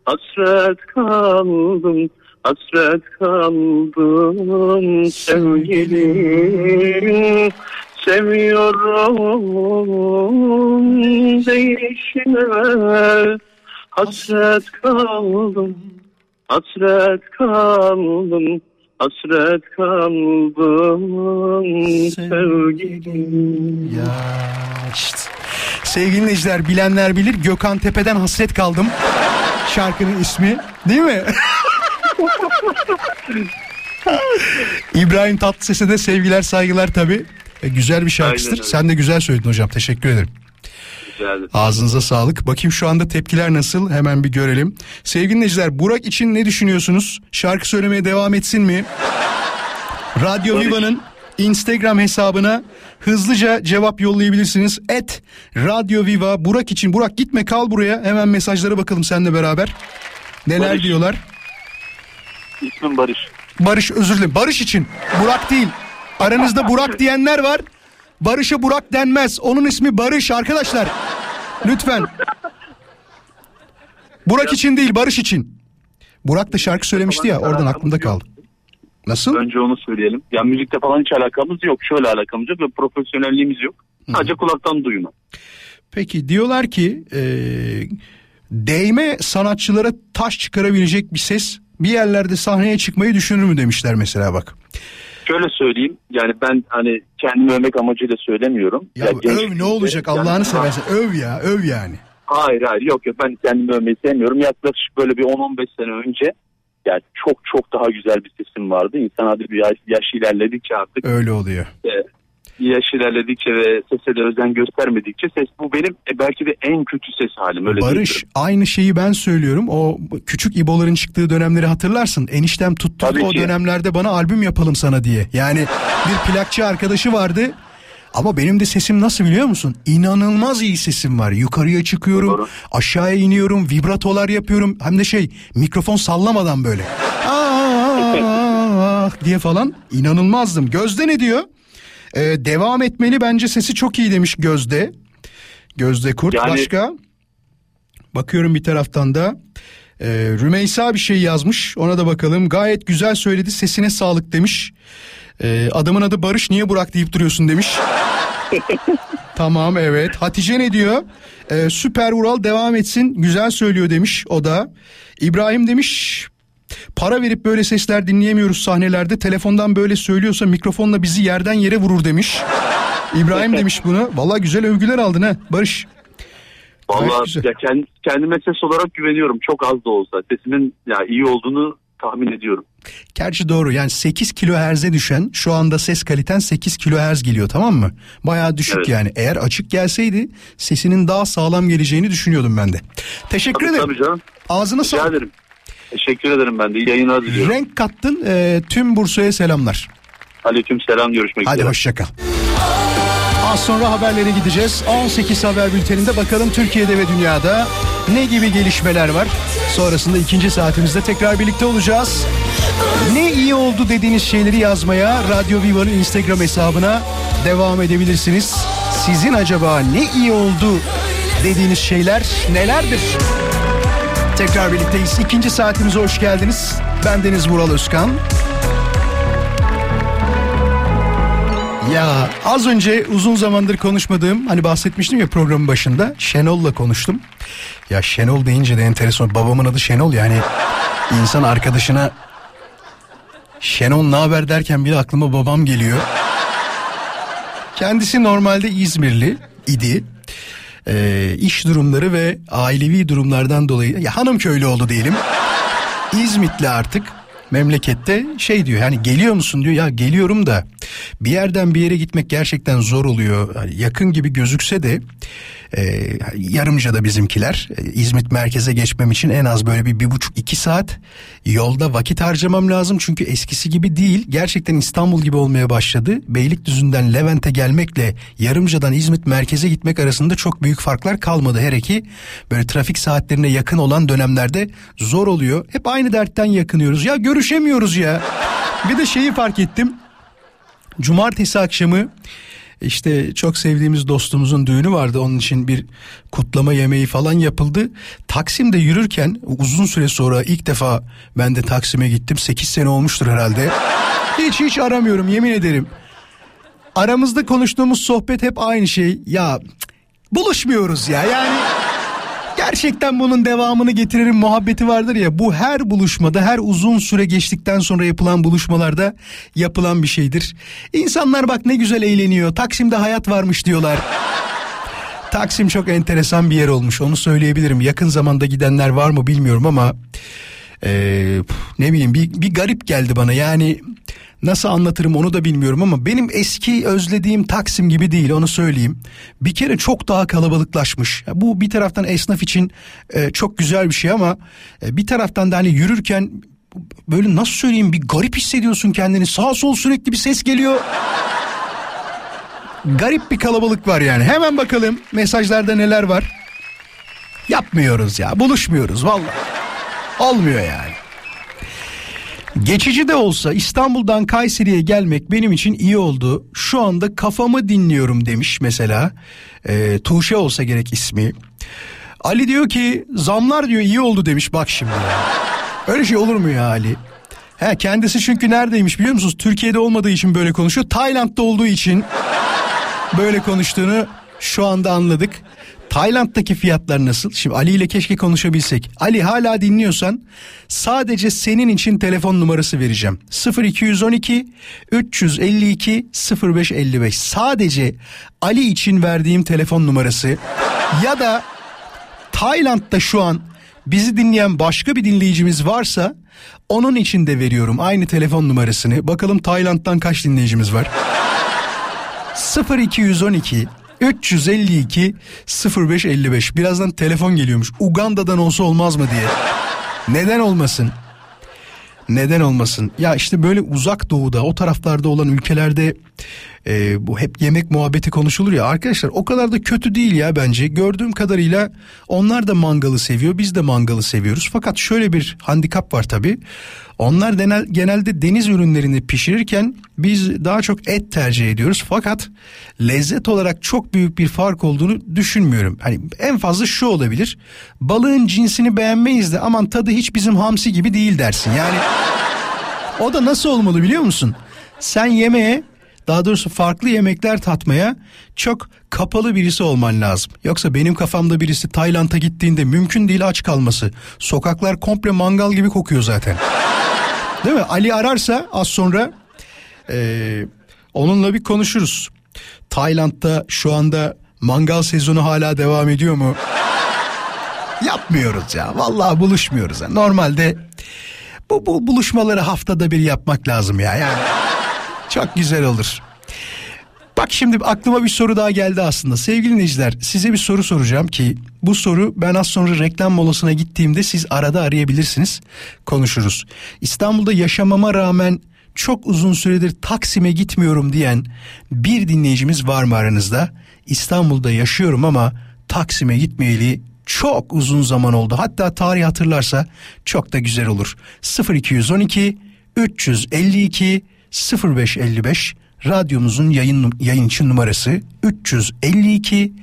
sevgilim, seviyorum değişine. Hasret kaldım Hasret kaldım sevgilim. Ya işte. Sevgili dinleyiciler, bilenler bilir, Gökhan Tepe'den Hasret Kaldım şarkının ismi, değil mi? İbrahim Tatlıses'e de sevgiler saygılar tabii. Güzel bir şarkısıdır. Sen de güzel söyledin hocam, teşekkür ederim. Güzeldi. Ağzınıza sağlık. Bakayım şu anda tepkiler nasıl, hemen bir görelim. Sevgili dinleyiciler, Burak için ne düşünüyorsunuz? Şarkı söylemeye devam etsin mi? Radyo Viva'nın Instagram hesabına hızlıca cevap yollayabilirsiniz. @Radyo Viva. Burak için. Burak gitme, kal buraya. Hemen mesajlara bakalım seninle beraber. Neler Barış diyorlar? İsmim Barış. Barış, özür dilerim. Barış için. Burak değil. Aranızda Burak diyenler var. Barış'a Burak denmez. Onun ismi Barış arkadaşlar. Lütfen. Burak için değil, Barış için. Burak da şarkı söylemişti ya, oradan aklımda kaldı. Nasıl? Önce onu söyleyelim. Ya müzikte falan hiç alakamız yok. Şöyle alakamız yok ve profesyonelliğimiz yok. Sadece kulaktan duyma. Peki diyorlar ki değme sanatçılara taş çıkarabilecek bir ses bir yerlerde sahneye çıkmayı düşünür mü demişler mesela, bak. Şöyle söyleyeyim, yani ben hani kendimi övmek amacıyla söylemiyorum. Ya öv ne olacak yani, Allah'ını seversen öv ya, öv yani. Hayır yok ben kendimi övmeyi sevmiyorum. Yaklaşık böyle bir 10-15 sene önce yani çok daha güzel bir sesim vardı. İnsan hadi bir yaş ilerledikçe artık. Öyle oluyor. Yaş ilerledikçe ve sese de özen göstermedikçe ses bu benim belki de en kötü ses halim. Öyle Barış, aynı şeyi ben söylüyorum. O küçük İbo'ların çıktığı dönemleri hatırlarsın. Eniştem tuttu o dönemlerde bana albüm yapalım sana diye. Yani bir plakçı arkadaşı vardı. Ama benim de sesim nasıl biliyor musun? İnanılmaz iyi sesim var. Yukarıya çıkıyorum, doğru, aşağıya iniyorum, vibratolar yapıyorum. Hem de mikrofon sallamadan böyle. diye falan inanılmazdım. Gözde ne diyor? Devam etmeli bence, sesi çok iyi demiş Gözde. Gözde Kurt. Yani... Başka? Bakıyorum bir taraftan da. Rümeysa bir şey yazmış. Ona da bakalım. Gayet güzel söyledi. Sesine sağlık demiş. Adamın adı Barış, niye Burak deyip duruyorsun demiş. Tamam, evet. Hatice ne diyor? Süper Ural, devam etsin. Güzel söylüyor demiş o da. İbrahim demiş... Para verip böyle sesler dinleyemiyoruz sahnelerde. Telefondan böyle söylüyorsa mikrofonla bizi yerden yere vurur demiş. İbrahim demiş bunu. Vallahi güzel övgüler aldın ha Barış. Vallahi ya kendime ses olarak güveniyorum. Çok az da olsa sesimin ya iyi olduğunu tahmin ediyorum. Gerçi doğru, yani 8 kilohertz'e düşen, şu anda ses kaliten 8 kilohertz geliyor, tamam mı? Bayağı düşük, evet. Yani eğer açık gelseydi sesinin daha sağlam geleceğini düşünüyordum ben de. Teşekkür ederim. Tabii canım. Ağzına sağlık. Rica ederim. Teşekkür ederim ben de. İyi yayınlar diliyorum. Renk kattın. Tüm Bursa'ya selamlar. Aleyküm selam. Görüşmek üzere. Hadi hoşça kal. Az sonra haberlere gideceğiz. 18 haber bülteninde bakalım Türkiye'de ve dünyada ne gibi gelişmeler var. Sonrasında ikinci saatimizde tekrar birlikte olacağız. Ne iyi oldu dediğiniz şeyleri yazmaya Radyo Viva'nın Instagram hesabına devam edebilirsiniz. Sizin acaba ne iyi oldu dediğiniz şeyler nelerdir? Tekrar birlikteyiz. İkinci saatimize hoş geldiniz. Bendeniz Vural Özkan. Ya az önce uzun zamandır konuşmadığım, hani bahsetmiştim ya programın başında, Şenol'la konuştum. Ya Şenol deyince de enteresan. Babamın adı Şenol, yani insan arkadaşına Şenol ne haber derken bile aklıma babam geliyor. Kendisi normalde İzmirli idi. İş durumları ve ailevi durumlardan dolayı ya hanım köylü oldu diyelim. İzmitli artık memlekette diyor, hani geliyor musun diyor, ya geliyorum da bir yerden bir yere gitmek gerçekten zor oluyor. Yani yakın gibi gözükse de Yarımca'da bizimkiler, İzmit merkeze geçmem için en az böyle 1,5-2 saat yolda vakit harcamam lazım. Çünkü eskisi gibi değil, gerçekten İstanbul gibi olmaya başladı. Beylikdüzü'nden Levent'e gelmekle Yarımca'dan İzmit merkeze gitmek arasında çok büyük farklar kalmadı. Hele ki böyle trafik saatlerine yakın olan dönemlerde zor oluyor. Hep aynı dertten yakınıyoruz. Ya görüşemiyoruz ya. Bir de fark ettim. Cumartesi akşamı çok sevdiğimiz dostumuzun düğünü vardı. Onun için bir kutlama yemeği falan yapıldı. Taksim'de yürürken uzun süre sonra ilk defa ben de Taksim'e gittim. 8 sene olmuştur herhalde. Hiç aramıyorum, yemin ederim. Aramızda konuştuğumuz sohbet hep aynı şey. Ya buluşmuyoruz ya, yani Gerçekten bunun devamını getiririm muhabbeti vardır ya. Bu her buluşmada, her uzun süre geçtikten sonra yapılan buluşmalarda yapılan bir şeydir. İnsanlar bak ne güzel eğleniyor. Taksim'de hayat varmış diyorlar. Taksim çok enteresan bir yer olmuş, onu söyleyebilirim. Yakın zamanda gidenler var mı bilmiyorum ama ne bileyim bir garip geldi bana. Yani nasıl anlatırım onu da bilmiyorum ama benim eski özlediğim Taksim gibi değil, onu söyleyeyim. Bir kere çok daha kalabalıklaşmış. Bu bir taraftan esnaf için çok güzel bir şey ama bir taraftan da hani yürürken böyle nasıl söyleyeyim, bir garip hissediyorsun kendini. Sağ sol sürekli bir ses geliyor. Garip bir kalabalık var yani. Hemen bakalım mesajlarda neler var. Yapmıyoruz ya, buluşmuyoruz vallahi. Olmuyor yani. Geçici de olsa İstanbul'dan Kayseri'ye gelmek benim için iyi oldu. Şu anda kafamı dinliyorum demiş mesela. Tuğçe olsa gerek ismi. Ali diyor ki zamlar diyor iyi oldu demiş, bak şimdi ya. Öyle şey olur mu ya Ali? Kendisi çünkü neredeymiş biliyor musunuz? Türkiye'de olmadığı için böyle konuşuyor. Tayland'da olduğu için böyle konuştuğunu şu anda anladık. Tayland'daki fiyatlar nasıl? Şimdi Ali ile keşke konuşabilsek. Ali, hala dinliyorsan sadece senin için telefon numarası vereceğim. 0212 352 0555. Sadece Ali için verdiğim telefon numarası. Ya da Tayland'da şu an bizi dinleyen başka bir dinleyicimiz varsa onun için de veriyorum aynı telefon numarasını. Bakalım Tayland'dan kaç dinleyicimiz var? 0212 352 0555. Birazdan telefon geliyormuş. Uganda'dan olsa olmaz mı diye. Neden olmasın? Neden olmasın? Ya işte böyle uzak doğuda, o taraflarda olan ülkelerde bu hep yemek muhabbeti konuşulur ya. Arkadaşlar o kadar da kötü değil ya bence. Gördüğüm kadarıyla onlar da mangalı seviyor. Biz de mangalı seviyoruz. Fakat şöyle bir handikap var tabii. Onlar genelde deniz ürünlerini pişirirken biz daha çok et tercih ediyoruz. Fakat lezzet olarak çok büyük bir fark olduğunu düşünmüyorum. Hani en fazla şu olabilir. Balığın cinsini beğenmeyiz de aman tadı hiç bizim hamsi gibi değil dersin. Yani o da nasıl olmalı biliyor musun? Sen yemeğe, daha doğrusu farklı yemekler tatmaya çok kapalı birisi olman lazım. Yoksa benim kafamda birisi Tayland'a gittiğinde mümkün değil aç kalması. Sokaklar komple mangal gibi kokuyor zaten. Değil mi? Ali ararsa az sonra onunla bir konuşuruz. Tayland'da şu anda mangal sezonu hala devam ediyor mu? Yapmıyoruz ya. Vallahi buluşmuyoruz. Normalde bu buluşmaları haftada bir yapmak lazım ya. Yani çok güzel olur. Bak şimdi aklıma bir soru daha geldi aslında. Sevgili dinleyiciler, size bir soru soracağım ki bu soru ben az sonra reklam molasına gittiğimde siz arada arayabilirsiniz. Konuşuruz. İstanbul'da yaşamama rağmen çok uzun süredir Taksim'e gitmiyorum diyen bir dinleyicimiz var mı aranızda? İstanbul'da yaşıyorum ama Taksim'e gitmeyeli çok uzun zaman oldu. Hatta tarih hatırlarsa çok da güzel olur. 0212 352 0555 radyomuzun yayın için numarası 352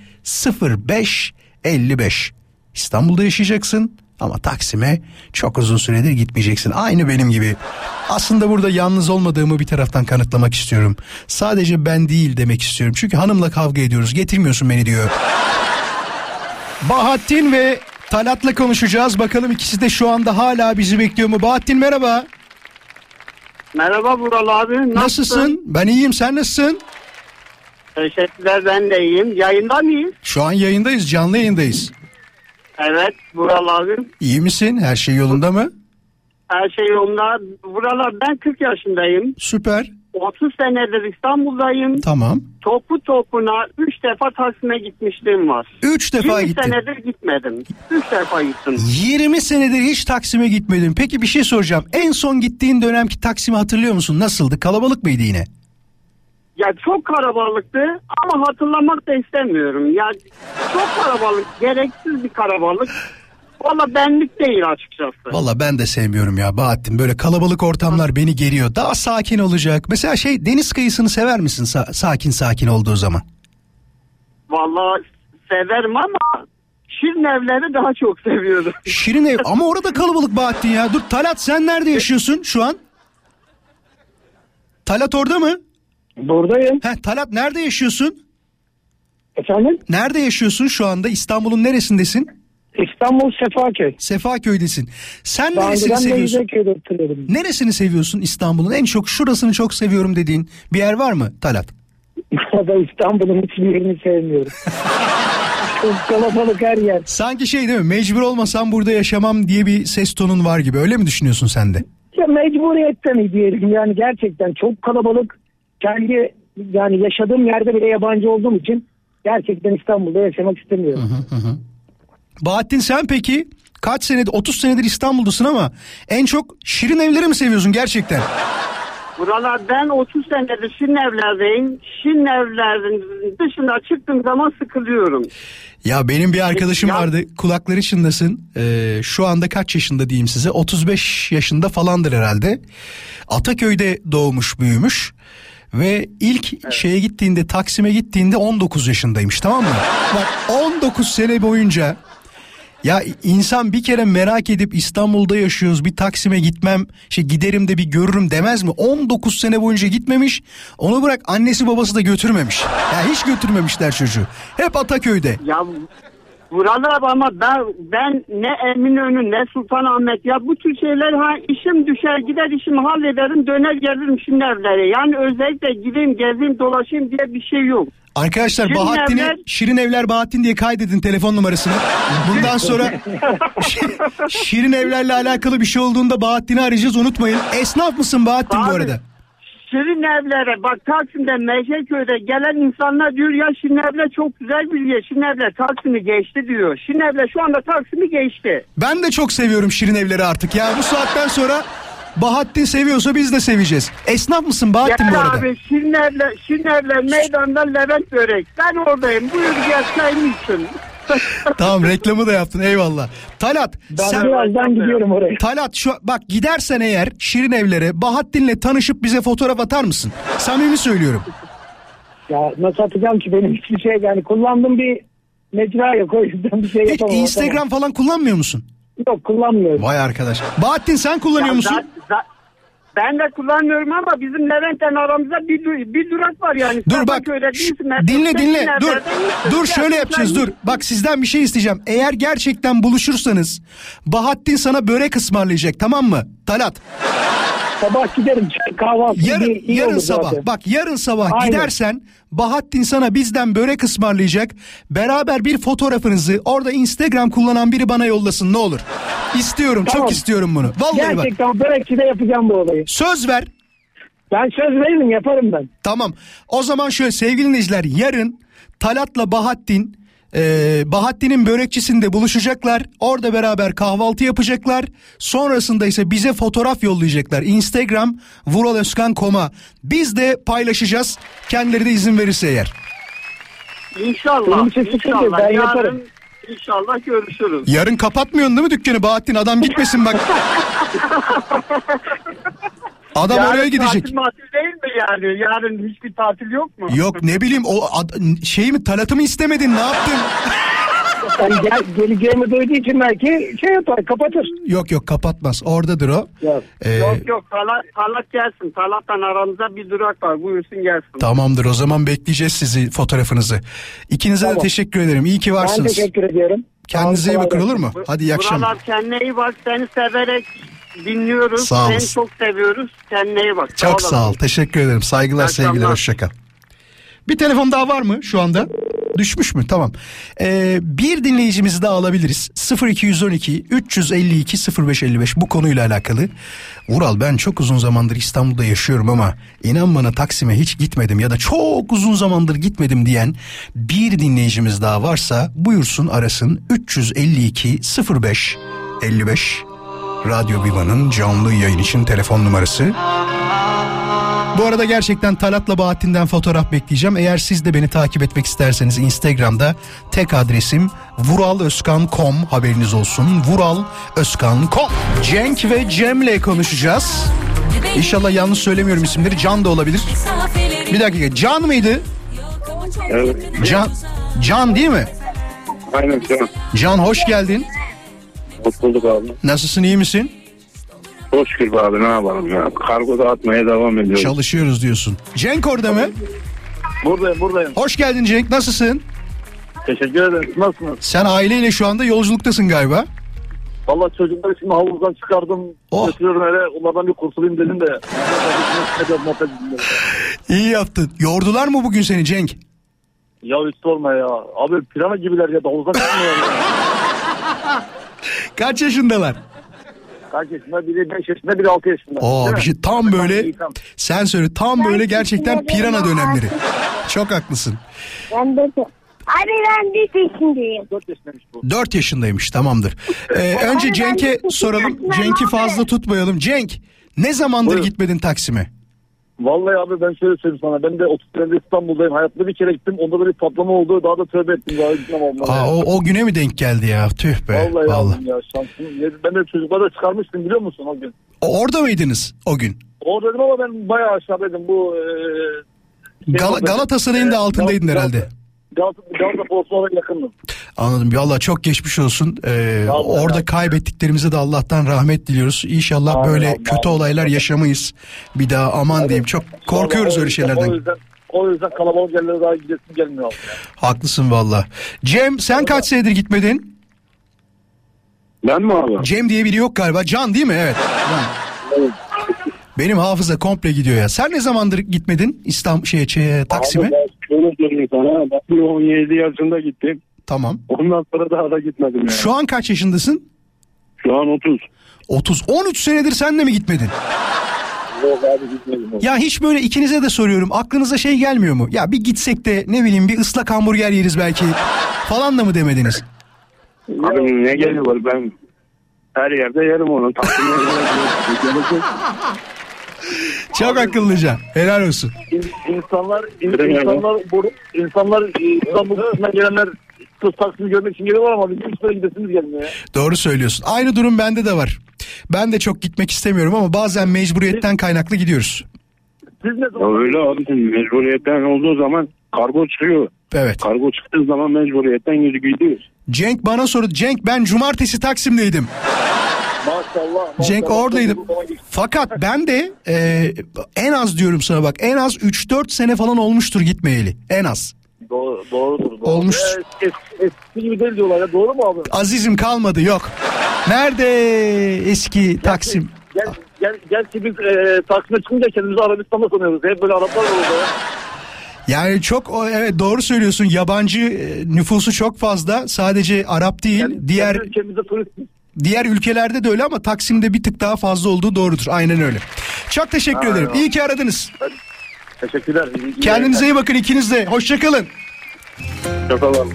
0555. İstanbul'da yaşayacaksın ama Taksim'e çok uzun süredir gitmeyeceksin. Aynı benim gibi. Aslında burada yalnız olmadığımı bir taraftan kanıtlamak istiyorum. Sadece ben değil demek istiyorum. Çünkü hanımla kavga ediyoruz. Getirmiyorsun beni diyor. Bahattin ve Talat'la konuşacağız. Bakalım ikisi de şu anda hala bizi bekliyor mu? Bahattin merhaba. Merhaba Vural abi. Nasılsın? Ben iyiyim. Sen nasılsın? Teşekkürler, ben de iyiyim. Yayında mıyız? Şu an yayındayız. Canlı yayındayız. Evet Vural abi. İyi misin? Her şey yolunda mı? Her şey yolunda. Vural abi, ben 40 yaşındayım. Süper. 30 senedir İstanbul'dayım. Tamam. Topu topuna 3 defa Taksim'e gitmişliğim var. 3 defa 20 gittin. 20 senedir gitmedim. 3 defa gittim. 20 senedir hiç Taksim'e gitmedim. Peki bir şey soracağım. En son gittiğin dönemki Taksim'i hatırlıyor musun? Nasıldı? Kalabalık mıydı yine? Ya çok kalabalıktı ama hatırlamak da istemiyorum. Ya çok kalabalık, gereksiz bir kalabalık. Valla benlik değil açıkçası. Valla ben de sevmiyorum ya Bahattin. Böyle kalabalık ortamlar beni geriyor. Daha sakin olacak. Mesela deniz kıyısını sever misin sakin olduğu zaman? Valla severim ama Şirin evleri daha çok seviyorum. Şirin ev ama orada kalabalık Bahattin ya. Dur Talat, sen nerede yaşıyorsun şu an? Talat orada mı? Buradayım. Talat nerede yaşıyorsun? Efendim? Nerede yaşıyorsun şu anda? İstanbul'un neresindesin? İstanbul Sefaköy. Sefaköy'desin. Sen Daha neresini önceden seviyorsun? Mecidiyeköy'de oturuyordum. Neresini seviyorsun İstanbul'un? En çok şurasını çok seviyorum dediğin bir yer var mı Talat? Da İstanbul'un hiçbir yerini sevmiyorum. Çok kalabalık her yer. Sanki şey değil mi? Mecbur olmasam burada yaşamam diye bir ses tonun var gibi. Öyle mi düşünüyorsun sen de? Ya mecburiyetten mi diyelim, yani gerçekten çok kalabalık. Kendi yani yaşadığım yerde bile yabancı olduğum için gerçekten İstanbul'da yaşamak istemiyorum. Bahattin sen peki kaç senedir 30 senedir İstanbul'dasın ama en çok şirin evleri mi seviyorsun gerçekten? Buralar ben 30 senedir Şirin Evler'deyim. Şirin Evler'in dışına çıktığım zaman sıkılıyorum. Ya benim bir arkadaşım vardı, kulakları çınlasın. Şu anda kaç yaşında diyeyim size, 35 yaşında falandır herhalde. Ataköy'de doğmuş büyümüş. Ve ilk şeye gittiğinde, Taksim'e gittiğinde 19 yaşındaymış, tamam mı? Bak 19 sene boyunca ya insan bir kere merak edip İstanbul'da yaşıyoruz, bir Taksim'e gitmem, giderim de bir görürüm demez mi? 19 sene boyunca gitmemiş. Onu bırak, annesi babası da götürmemiş. Ya hiç götürmemişler çocuğu. Hep Ataköy'de. Ya buralar ama ben ne Eminönü ne Sultanahmet, ya bu tür şeyler işim düşer gider işimi hallederim, döner gelirim Şirin Evler'e. Yani özellikle gideyim gezeyim dolaşayım diye bir şey yok. Arkadaşlar Şirin Bahattin'i Evler... Şirin Evler Bahattin diye kaydedin telefon numarasını. Bundan sonra Şirin Evler'le alakalı bir şey olduğunda Bahattin'i arayacağız, unutmayın. Esnaf mısın Bahattin bu arada? Şirin Evler'e bak, Taksim'de Mecidiyeköy'de gelen insanlar diyor ya Şirin Evler çok güzel bir yer. Şirin Evler Taksim'i geçti diyor. Şirin Evler şu anda Taksim'i geçti. Ben de çok seviyorum Şirin Evler'i artık ya. Bu saatten sonra Bahattin seviyorsa biz de seveceğiz. Esnaf mısın Bahattin Gel bu arada? abi Şirin Evler meydanda Levent Börek. Ben oradayım. Buyur gel çayını için. Tamam, reklamı da yaptın, eyvallah. Talat Ben birazdan gidiyorum oraya. Talat bak gidersen eğer Şirin Evler'e Bahattin'le tanışıp bize fotoğraf atar mısın? Samimi söylüyorum. Ya nasıl atacağım ki, benim hiçbir şey, yani kullandığım bir mecra yok, o yüzden bir şey Hiç yapamam. Instagram falan kullanmıyor musun? Yok, kullanmıyorum. Vay arkadaş. Bahattin sen kullanıyor musun? Ben de kullanmıyorum ama bizim Levent'ten aramızda bir durak var yani. Dur bak, dinle dur şöyle yapacağız, dur. Bak sizden bir şey isteyeceğim. Eğer gerçekten buluşursanız Bahattin sana börek ısmarlayacak, tamam mı Talat? Sabah giderim kahvaltı. Yarın sabah zaten. Bak yarın sabah aynen, gidersen Bahattin sana bizden börek ısmarlayacak. Beraber bir fotoğrafınızı orada Instagram kullanan biri bana yollasın ne olur. İstiyorum, tamam, çok istiyorum bunu. Vallahi gerçekten bak. Börekçide yapacağım bu olayı. Söz ver. Ben söz veririm, yaparım ben. Tamam. O zaman şöyle sevgili dinleyiciler, yarın Talat'la Bahattin Bahattin'in börekçisinde buluşacaklar. Orada beraber kahvaltı yapacaklar. Sonrasında ise bize fotoğraf yollayacaklar. Instagram vuraloskan.com'a. Biz de paylaşacağız. Kendileri de izin verirse eğer. İnşallah. İnşallah. Ben yaparım. İnşallah görüşürüz. Yarın kapatmıyorsun değil mi dükkanı Bahattin? Adam gitmesin bak. Adam yarın oraya gidecek. Tatil değil mi yani? Yarın hiçbir tatil yok mu? Yok, ne bileyim, o Talat'ı mı istemedin, ne yaptın? Yani geleceğimi duyduğu için belki yapar, kapatır. Yok kapatmaz, oradadır o. Yok Talat gelsin. Talat'tan aramızda bir durak var, buyursun gelsin. Tamamdır, o zaman bekleyeceğiz sizi, fotoğrafınızı. İkinize de teşekkür ederim, iyi ki varsınız. Ben teşekkür ediyorum. Kendinize iyi bakın, olur mu? Hadi iyi akşamlar. Buralar kendine iyi bak, seni severek dinliyoruz. Seni çok seviyoruz. Kendine iyi bak. Çok sağ ol. Teşekkür ederim. Saygılar, sevgiler. Hoşça kal. Bir telefon daha var mı şu anda? Düşmüş mü? Tamam. Bir dinleyicimizi daha alabiliriz. 0212 352 0555 bu konuyla alakalı. Vural, ben çok uzun zamandır İstanbul'da yaşıyorum ama inan bana Taksim'e hiç gitmedim ya da çok uzun zamandır gitmedim diyen bir dinleyicimiz daha varsa buyursun, arasın. 352 0555 Radyo Viva'nın canlı yayın için telefon numarası. Bu arada gerçekten Talat'la Bahattin'den fotoğraf bekleyeceğim. Eğer siz de beni takip etmek isterseniz Instagram'da tek adresim vuraloskan.com, haberiniz olsun. vuraloskan.com. Cenk ve Cem'le konuşacağız. İnşallah yanlış söylemiyorum isimleri. Can da olabilir. Bir dakika, Can mıydı? Evet. Can değil mi? Aynen Can. Can, hoş geldin. Hoş bulduk abi. Nasılsın, iyi misin? Hoş şükür abi, ne yapalım ya. Kargo dağıtmaya devam ediyoruz. Çalışıyoruz diyorsun. Cenk orada mı? Buradayım. Hoş geldin Cenk, nasılsın? Teşekkür ederim. Nasılsınız? Sen aileyle şu anda yolculuktasın galiba. Valla çocukları şimdi havuzdan çıkardım. Götürüyorum eve. Onlardan bir kurtulayım dedim de. İyi yaptın. Yordular mı bugün seni Cenk? Ya hiç sorma ya. Abi pirana gibiler ya. Havuzdan çıkmıyor ya. Kaç yaşındalar? Kaç yaşında? Biri 5 yaşında, biri 6 yaşında. Bir şey tam böyle sen söyle tam böyle gerçekten pirana dönemleri. Çok haklısın. Ben de abi ben 4 yaşındayım. 4 yaşındaymış bu. 4 yaşındaymış tamamdır. Önce Cenk'e soralım. Cenk'i fazla tutmayalım. Cenk ne zamandır Buyurun. gitmedin Taksim'e? Vallahi abi ben şöyle söyleyeyim sana. Ben de 30 senedir İstanbul'dayım. Hayatta bir kere gittim. Onda da bir patlama oldu. Daha da tövbe ettim. Daha gitmem olmalı. O güne mi denk geldi ya? Tüh be. Vallahi. Ya şansım. Ben de çocuklara da çıkarmıştım biliyor musun o gün? Orada mıydınız o gün? Oradaydım ama ben bayağı aşağıdaydım. Bu Galatasaray'ın da altındaydın herhalde. Galata Bosna'ya yakındım. Anladım. Vallahi çok geçmiş olsun. Orada kaybettiklerimize de Allah'tan rahmet diliyoruz. İnşallah böyle kötü olaylar yaşamayız. Bir daha aman diyeyim. Çok korkuyoruz öyle şeylerden. O yüzden kalabalık yerlere daha gidesim gelmiyor abi. Haklısın valla. Cem sen kaç senedir gitmedin? Ben mi abi? Cem diye biri yok galiba. Can değil mi? Evet. Evet. Benim hafıza komple gidiyor ya. Sen ne zamandır gitmedin Taksim'e? Abi ben şöyle söyleyeyim sana. Ben 17 yaşında gittim. Tamam. Ondan sonra daha da gitmedim yani. Şu an kaç yaşındasın? Şu an 30. 30. 13 senedir sen de mi gitmedin? Yok abi gitmedim. Ya hiç böyle ikinize de soruyorum. Aklınıza şey gelmiyor mu? Ya bir gitsek de ne bileyim bir ıslak hamburger yeriz belki falan da mı demediniz? Abi ne geliyor ben her yerde yerim onu. Çok akıllıca. Helal olsun. İnsanlar İstanbul'dan gelenler Taksim'i görmek için geliyorlar ama bizim üstüne gidesimiz gelmiyor ya. Doğru söylüyorsun. Aynı durum bende de var. Ben de çok gitmek istemiyorum ama bazen mecburiyetten kaynaklı gidiyoruz. Siz ne zaman? Öyle abi mecburiyetten olduğu zaman kargo çıkıyor. Evet. Kargo çıktığı zaman mecburiyetten gidiyoruz. Cenk bana sordu. Cenk ben cumartesi Taksim'deydim. Maşallah. Cenk oradaydım. Fakat ben de en az diyorum sana bak en az 3-4 sene falan olmuştur gitmeyeli. En az. Doğrudur. Olmuş. Eski gibi değil diyorlar ya, doğru mu abi? Azizim kalmadı yok. Nerede eski Taksim? Gerçi biz Taksim'e çıkınca kendimizi Arabistan'da sanıyoruz. Hep böyle Araplar var orada ya. Yani çok evet doğru söylüyorsun. Yabancı nüfusu çok fazla. Sadece Arap değil. Yani diğer ülkemizde turist. Diğer ülkelerde de öyle ama Taksim'de bir tık daha fazla olduğu doğrudur. Aynen öyle. Çok teşekkür ederim. İyi ki aradınız. Teşekkürler. Kendinize iyi bakın ikiniz de. Hoşçakalın. Hoşçakalın.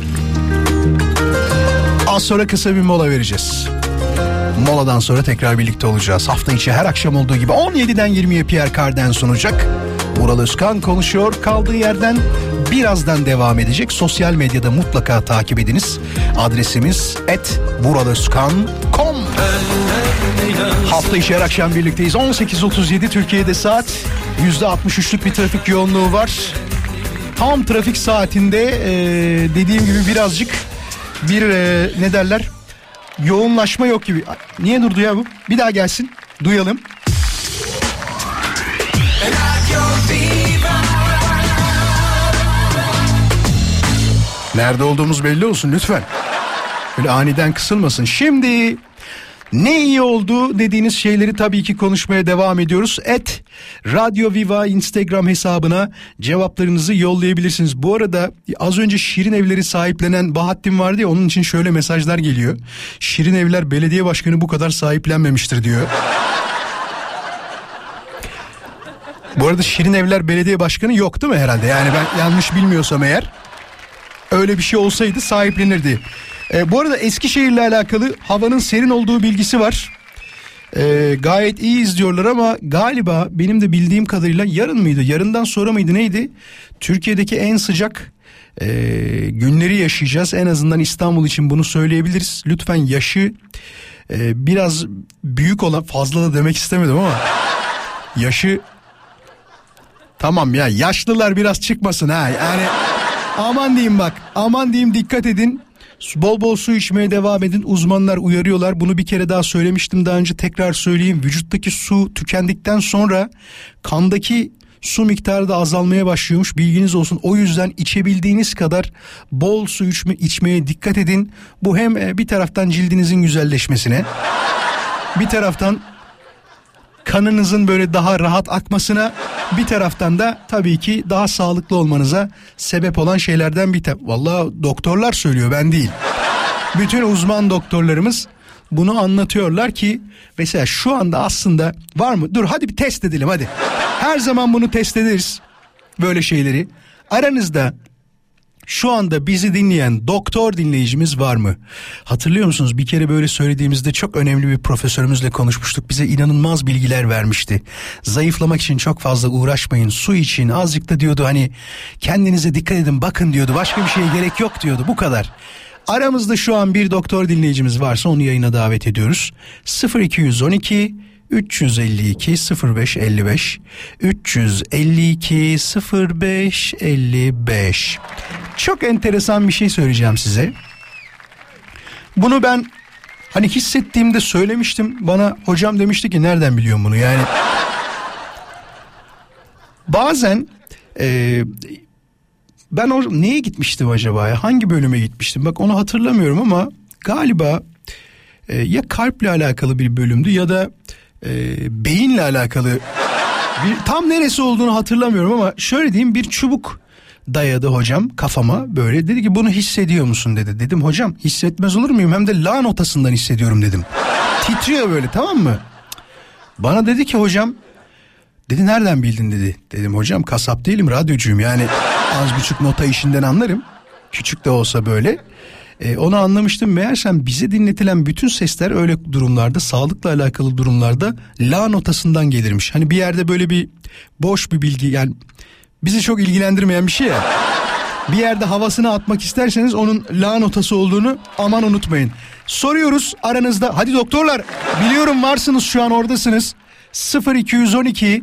Az sonra kısa bir mola vereceğiz. Moladan sonra tekrar birlikte olacağız. Hafta içi her akşam olduğu gibi 17'den 20'ye Pierre Cardin sunacak. Vural Özkan konuşuyor. Kaldığı yerden birazdan devam edecek. Sosyal medyada mutlaka takip ediniz. Adresimiz @vuralozkan.com. Hafta içi her akşam birlikteyiz. 18.37 Türkiye'de saat. %63'lük bir trafik yoğunluğu var. Tam trafik saatinde dediğim gibi birazcık bir ne derler? Yoğunlaşma yok gibi. Niye durdu ya bu? Bir daha gelsin. Duyalım. Nerede olduğumuz belli olsun lütfen. Böyle aniden kısılmasın. Şimdi ne iyi oldu dediğiniz şeyleri tabii ki konuşmaya devam ediyoruz. @Radyo Viva Instagram hesabına cevaplarınızı yollayabilirsiniz. Bu arada az önce Şirin Evleri sahiplenen Bahattin vardı ya, onun için şöyle mesajlar geliyor. Şirin Evler Belediye Başkanı bu kadar sahiplenmemiştir diyor. Bu arada Şirin Evler Belediye Başkanı yok değil mi herhalde? Yani ben yanlış bilmiyorsam eğer. Öyle bir şey olsaydı sahiplenirdi. Bu arada Eskişehir'le alakalı havanın serin olduğu bilgisi var. Gayet iyi izliyorlar ama galiba benim de bildiğim kadarıyla yarın mıydı? Yarından sonra mıydı neydi? Türkiye'deki en sıcak günleri yaşayacağız. En azından İstanbul için bunu söyleyebiliriz. Lütfen yaşı biraz büyük olan, fazla da demek istemedim ama yaşı tamam ya, yaşlılar biraz çıkmasın ha. Yani aman diyeyim bak, aman diyeyim, dikkat edin. Bol bol su içmeye devam edin. Uzmanlar uyarıyorlar. Bunu bir kere daha söylemiştim daha önce, tekrar söyleyeyim. Vücuttaki su tükendikten sonra kandaki su miktarı da azalmaya başlıyormuş, bilginiz olsun. O yüzden içebildiğiniz kadar bol su içmeye dikkat edin. Bu hem bir taraftan cildinizin güzelleşmesine, bir taraftan kanınızın böyle daha rahat akmasına, bir taraftan da tabii ki daha sağlıklı olmanıza sebep olan şeylerden bir tanesi. Vallahi doktorlar söylüyor, ben değil. Bütün uzman doktorlarımız bunu anlatıyorlar ki mesela şu anda aslında var mı? Dur hadi bir test edelim hadi. Her zaman bunu test ederiz, böyle şeyleri. Aranızda şu anda bizi dinleyen doktor dinleyicimiz var mı? Hatırlıyor musunuz? Bir kere böyle söylediğimizde çok önemli bir profesörümüzle konuşmuştuk. Bize inanılmaz bilgiler vermişti. Zayıflamak için çok fazla uğraşmayın. Su için azıcık da diyordu, hani kendinize dikkat edin, bakın diyordu. Başka bir şeye gerek yok diyordu. Bu kadar. Aramızda şu an bir doktor dinleyicimiz varsa onu yayına davet ediyoruz. 0212 352 0555 352 0555. Çok enteresan bir şey söyleyeceğim size. Bunu ben hani hissettiğimde söylemiştim. Bana hocam demişti ki nereden biliyorsun bunu yani. Bazen ben neye gitmiştim acaba ya? Hangi bölüme gitmiştim? Bak onu hatırlamıyorum ama galiba ya kalple alakalı bir bölümdü ya da beyinle alakalı. Tam neresi olduğunu hatırlamıyorum ama şöyle diyeyim, bir çubuk dayadı hocam kafama böyle. Dedi ki bunu hissediyor musun dedi. Dedim hocam hissetmez olur muyum? Hem de la notasından hissediyorum dedim. Titriyor böyle, tamam mı? Bana dedi ki hocam, dedi nereden bildin dedi. Dedim hocam kasap değilim, radyocuyum yani az buçuk nota işinden anlarım. Küçük de olsa böyle. Onu anlamıştım. Meğersem bize dinletilen bütün sesler öyle durumlarda, sağlıkla alakalı durumlarda la notasından gelirmiş. Hani bir yerde böyle bir boş bir bilgi, yani bizi çok ilgilendirmeyen bir şey ya. Bir yerde havasını atmak isterseniz onun la notası olduğunu aman unutmayın. Soruyoruz aranızda. Hadi doktorlar, biliyorum varsınız şu an, oradasınız. 0212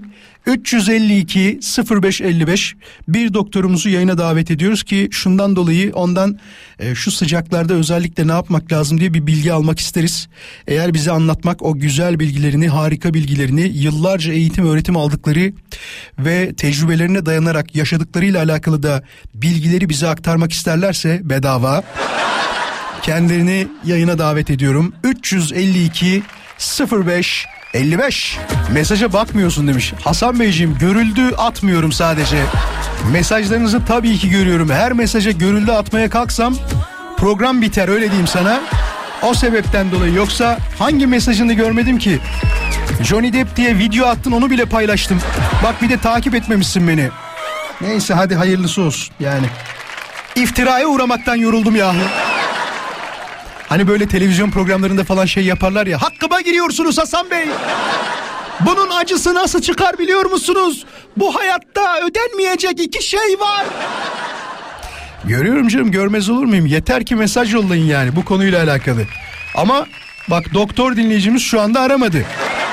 352 0555 bir doktorumuzu yayına davet ediyoruz ki şundan dolayı ondan şu sıcaklarda özellikle ne yapmak lazım diye bir bilgi almak isteriz. Eğer bize anlatmak, o güzel bilgilerini, harika bilgilerini, yıllarca eğitim öğretim aldıkları ve tecrübelerine dayanarak yaşadıklarıyla alakalı da bilgileri bize aktarmak isterlerse bedava kendilerini yayına davet ediyorum. 352 05 55. Mesaja bakmıyorsun demiş. Hasan Beyciğim, görüldü atmıyorum sadece. Mesajlarınızı tabii ki görüyorum. Her mesaja görüldü atmaya kalksam program biter, öyle diyeyim sana. O sebepten dolayı, yoksa hangi mesajını görmedim ki? Johnny Depp diye video attın, onu bile paylaştım. Bak bir de takip etmemişsin beni. Neyse hadi hayırlısı olsun yani. İftiraya uğramaktan yoruldum yahu. Hani böyle televizyon programlarında falan şey yaparlar ya. Hakkıma giriyorsunuz Hasan Bey. Bunun acısı nasıl çıkar biliyor musunuz? Bu hayatta ödenmeyecek 2 şey var. Görüyorum canım, görmez olur muyum? Yeter ki mesaj yollayın yani bu konuyla alakalı. Ama bak doktor dinleyicimiz şu anda aramadı.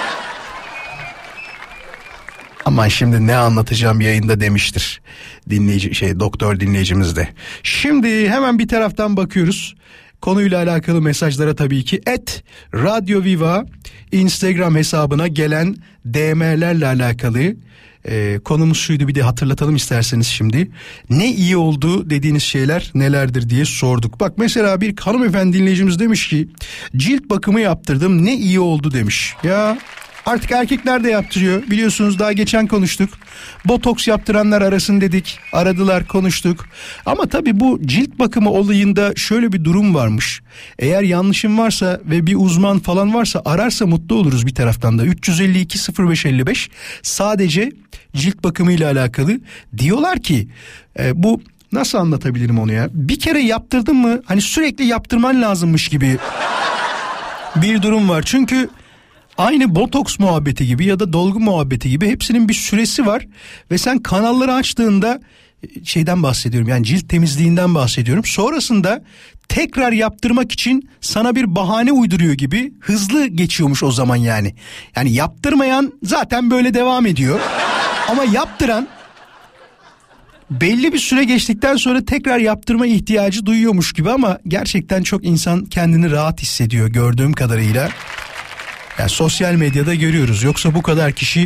Aman şimdi ne anlatacağım yayında demiştir doktor dinleyicimiz de. Şimdi hemen bir taraftan bakıyoruz. Konuyla alakalı mesajlara tabii ki @Radyo Viva Instagram hesabına gelen DM'lerle alakalı konumuz şuydu, bir de hatırlatalım isterseniz şimdi. Ne iyi oldu dediğiniz şeyler nelerdir diye sorduk. Bak mesela bir hanımefendi dinleyicimiz demiş ki cilt bakımı yaptırdım, ne iyi oldu demiş. Ya artık erkekler de yaptırıyor, biliyorsunuz, daha geçen konuştuk. Botoks yaptıranlar arasın dedik, aradılar, konuştuk. Ama tabii bu cilt bakımı olayında şöyle bir durum varmış. Eğer yanlışım varsa ve bir uzman falan varsa ararsa mutlu oluruz bir taraftan da. 352 0555 sadece cilt bakımıyla alakalı. Diyorlar ki bu nasıl anlatabilirim onu ya? Bir kere yaptırdın mı hani sürekli yaptırman lazımmış gibi bir durum var. Çünkü aynı botoks muhabbeti gibi ya da dolgu muhabbeti gibi hepsinin bir süresi var ve sen kanalları açtığında şeyden bahsediyorum, yani cilt temizliğinden bahsediyorum. Sonrasında tekrar yaptırmak için sana bir bahane uyduruyor gibi hızlı geçiyormuş o zaman yani. Yani yaptırmayan zaten böyle devam ediyor ama yaptıran belli bir süre geçtikten sonra tekrar yaptırma ihtiyacı duyuyormuş gibi, ama gerçekten çok insan kendini rahat hissediyor gördüğüm kadarıyla. Yani sosyal medyada görüyoruz. Yoksa bu kadar kişi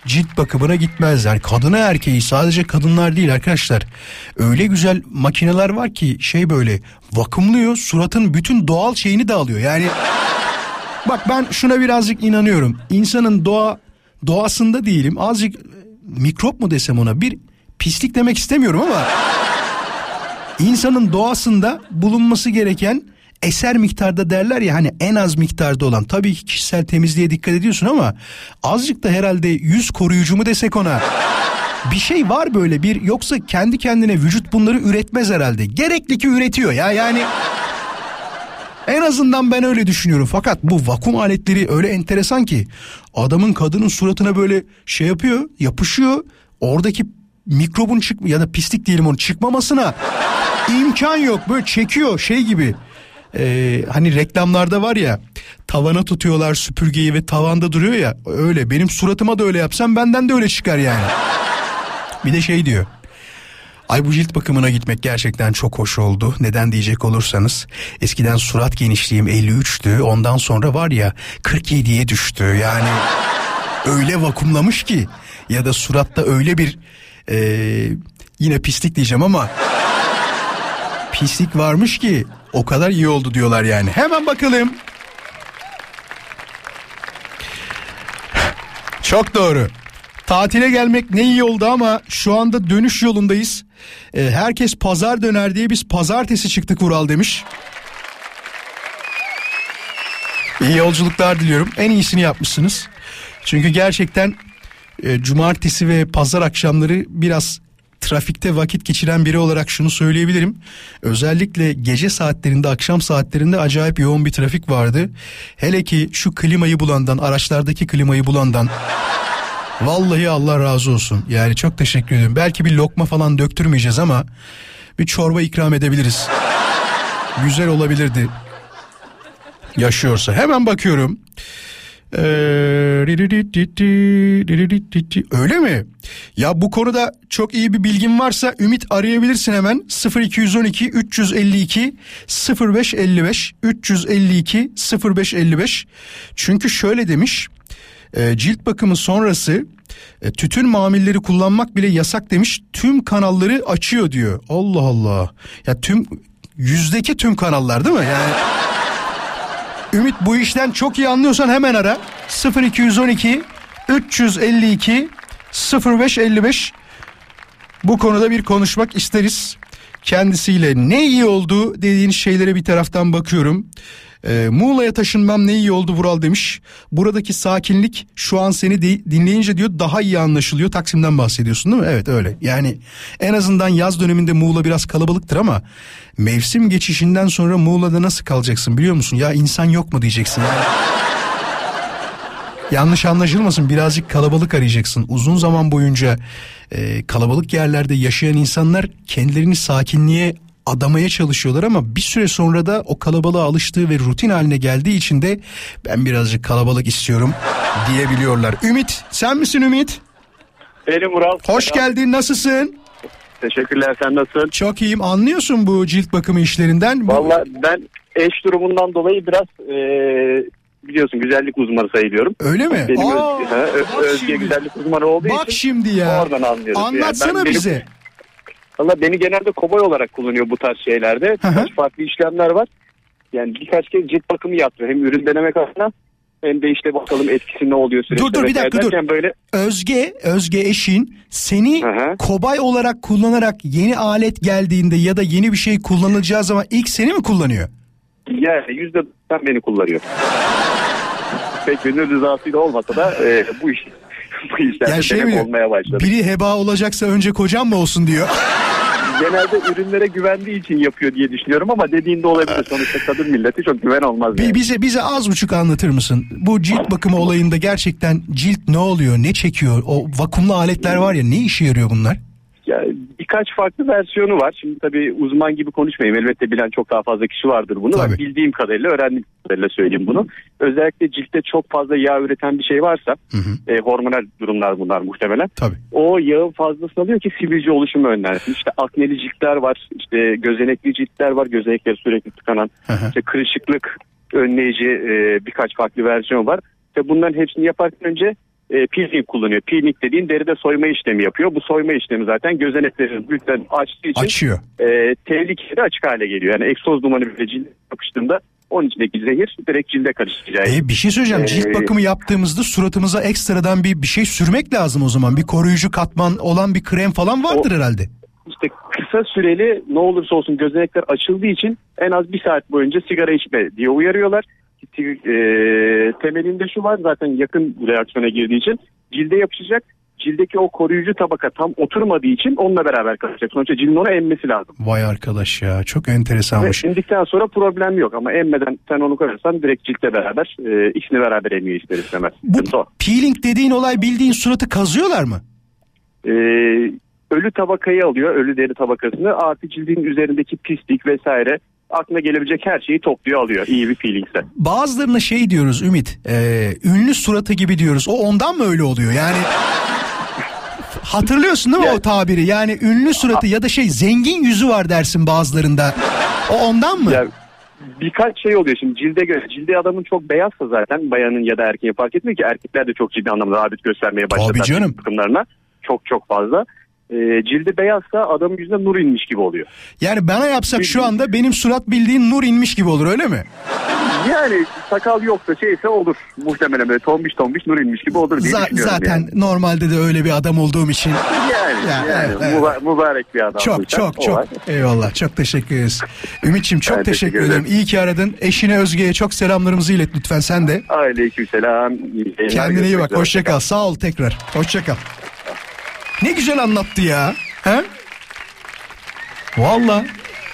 cilt bakımına gitmezler. Kadına erkeği, sadece kadınlar değil arkadaşlar. Öyle güzel makineler var ki böyle vakumluyor, suratın bütün doğal şeyini de alıyor. Yani bak ben şuna birazcık inanıyorum. İnsanın doğasında değilim. Azıcık mikrop mu desem ona, bir pislik demek istemiyorum ama insanın doğasında bulunması gereken eser miktarda derler ya, hani en az miktarda olan. Tabii ki kişisel temizliğe dikkat ediyorsun ama azıcık da herhalde yüz koruyucu mu desek ona, bir şey var böyle bir, yoksa kendi kendine vücut bunları üretmez herhalde. Gerekli ki üretiyor ya, yani en azından ben öyle düşünüyorum. Fakat bu vakum aletleri öyle enteresan ki adamın, kadının suratına böyle yapıyor, yapışıyor. Oradaki mikrobun ya da pislik diyelim, onun çıkmamasına imkan yok. Böyle çekiyor gibi. Hani reklamlarda var ya, tavana tutuyorlar süpürgeyi ve tavanda duruyor ya, öyle. Benim suratıma da öyle yapsam benden de öyle çıkar yani. Bir de diyor. Ay bu cilt bakımına gitmek gerçekten çok hoş oldu. Neden diyecek olursanız, eskiden surat genişliğim 53'tü. Ondan sonra var ya 47'ye düştü. Yani öyle vakumlamış ki, ya da suratta öyle bir yine pislik diyeceğim ama pislik varmış ki o kadar iyi oldu diyorlar yani. Hemen bakalım. Çok doğru. Tatile gelmek ne iyi oldu ama şu anda dönüş yolundayız. Herkes pazar döner diye biz pazartesi çıktık Vural demiş. İyi yolculuklar diliyorum. En iyisini yapmışsınız. Çünkü gerçekten cumartesi ve pazar akşamları biraz trafikte vakit geçiren biri olarak şunu söyleyebilirim. Özellikle gece saatlerinde, akşam saatlerinde acayip yoğun bir trafik vardı. Hele ki şu klimayı bulandan, araçlardaki klimayı bulandan vallahi Allah razı olsun. Yani çok teşekkür ederim. Belki bir lokma falan döktürmeyeceğiz ama bir çorba ikram edebiliriz. Güzel olabilirdi. Yaşıyorsa. Hemen bakıyorum. Öyle mi? Ya bu konuda çok iyi bir bilgin varsa Ümit, arayabilirsin hemen. 0212 352 0555 352 0555. Çünkü şöyle demiş. Cilt bakımı sonrası tütün mamulleri kullanmak bile yasak demiş. Tüm kanalları açıyor diyor. Allah Allah. Ya yüzdeki tüm kanallar değil mi? Yani Ümit, bu işten çok iyi anlıyorsan hemen ara. 0212 352 0555. Bu konuda bir konuşmak isteriz kendisiyle. Ne iyi oldu dediğin şeylere bir taraftan bakıyorum. Muğla'ya taşınmam ne iyi oldu Vural demiş. Buradaki sakinlik şu an seni dinleyince diyor daha iyi anlaşılıyor. Taksim'den bahsediyorsun değil mi? Evet öyle. Yani en azından yaz döneminde Muğla biraz kalabalıktır ama mevsim geçişinden sonra Muğla'da nasıl kalacaksın biliyor musun? Ya insan yok mu diyeceksin. Yanlış anlaşılmasın, birazcık kalabalık arayacaksın. Uzun zaman boyunca kalabalık yerlerde yaşayan insanlar kendilerini sakinliğe adamaya çalışıyorlar ama bir süre sonra da o kalabalığa alıştığı ve rutin haline geldiği için de ben birazcık kalabalık istiyorum diyebiliyorlar. Ümit, sen misin Ümit? Benim Vural. Hoş geldin, nasılsın? Teşekkürler, sen nasılsın? Çok iyiyim. Anlıyorsun bu cilt bakımı işlerinden. Vallahi ben eş durumundan dolayı biraz biliyorsun güzellik uzmanı sayılıyorum. Öyle mi? Benim Özge güzellik uzmanı olduğu için. Bak şimdi ya. Oradan anlıyoruz. Anlatsana yani bize. Valla beni genelde kobay olarak kullanıyor bu tarz şeylerde. Birkaç farklı işlemler var. Yani birkaç kez cilt bakımı yaptı. Hem ürün denemek adına hem de işte bakalım etkisi ne oluyor süreçte. Dur bir dakika dur. Böyle... Özge eşin seni kobay olarak kullanarak yeni alet geldiğinde ya da yeni bir şey kullanılacağı zaman ilk seni mi kullanıyor? Yani %90 beni kullanıyor. Pek gönül rızasıyla olmasa da bu işlerde denek olmaya başladı. Biri heba olacaksa önce kocam mı olsun diyor. Genelde ürünlere güvendiği için yapıyor diye düşünüyorum ama dediğinde olabilir. Sonuçta kadın milleti çok güven olmaz. Yani. Bize az buçuk anlatır mısın? Bu cilt bakımı olayında gerçekten cilt ne oluyor, ne çekiyor? O vakumlu aletler var ya, ne işe yarıyor bunlar? Ya, birkaç farklı versiyonu var. Şimdi tabii uzman gibi konuşmayayım. Elbette bilen çok daha fazla kişi vardır bunu. Tabii. Bildiğim kadarıyla, öğrendiğim kadarıyla söyleyeyim bunu. Özellikle ciltte çok fazla yağ üreten bir şey varsa, hormonal durumlar bunlar muhtemelen. Tabii. O yağın fazlasını alıyor ki sivilce oluşumu önlensin. İşte akneli ciltler var, işte gözenekli ciltler var, gözenekleri sürekli tıkanan, işte kırışıklık önleyici birkaç farklı versiyon var. İşte bunların hepsini yaparken önce peeling kullanıyor. Peeling dediğin deride soyma işlemi yapıyor. Bu soyma işlemi zaten gözenekleri lütfen açtığı için açıyor. Tehlikeli açık hale geliyor. Yani egzoz dumanı bile cilde yapıştığında onun içindeki zehir direkt cilde karışacak. Bir şey söyleyeceğim. Cilt bakımı yaptığımızda suratımıza ekstradan bir şey sürmek lazım o zaman. Bir koruyucu katman olan bir krem falan vardır herhalde. İşte kısa süreli ne olursa olsun gözenekler açıldığı için en az 1 saat boyunca sigara içme diye uyarıyorlar. Temelinde şu var, zaten yakın reaksiyona girdiği için cilde yapışacak. Cildeki o koruyucu tabaka tam oturmadığı için onunla beraber kalacak. Sonuçta cildin onu emmesi lazım. Vay arkadaş ya, çok enteresanmış. Ve emdikten sonra problem yok ama emmeden sen onu koyarsan direkt ciltle beraber ikisini beraber emiyor ister istemez. Bu peeling dediğin olay bildiğin suratı kazıyorlar mı? Ölü tabakayı alıyor, ölü deri tabakasını, artı cildin üzerindeki pislik vesaire, aklına gelebilecek her şeyi topluyor alıyor. İyi bir peelingse. Bazılarına şey diyoruz Ümit, ünlü suratı gibi diyoruz. O ondan mı öyle oluyor yani? Hatırlıyorsun değil mi o tabiri? Yani ünlü suratı ya da zengin yüzü var dersin bazılarında. O ondan mı? Ya, birkaç şey oluyor şimdi cilde göre. Cilde adamın çok beyazsa zaten, bayanın ya da erkeğin fark etmiyor ki, erkekler de çok ciddi anlamda rağbet göstermeye başladı. Tabii canım. Bakımlarına çok fazla. Cildi beyazsa adamın yüzüne nur inmiş gibi oluyor. Yani bana yapsak şu anda benim surat bildiğin nur inmiş gibi olur, öyle mi? Yani sakal yoksa olur. Muhtemelen böyle tombiş nur inmiş gibi olur diye düşünüyorum. Zaten yani. Normalde de öyle bir adam olduğum için. Yani. Mübarek bir adam. Çok. Eyvallah, çok teşekkür ederiz. Ümit'ciğim çok teşekkür ederim. İyi ki aradın. Eşine Özge'ye çok selamlarımızı ilet lütfen sen de. Aleykümselam. Kendine iyi bak, hoşça kal. Sağ ol tekrar. Hoşça kal. Ne güzel anlattı ya. He? Vallahi.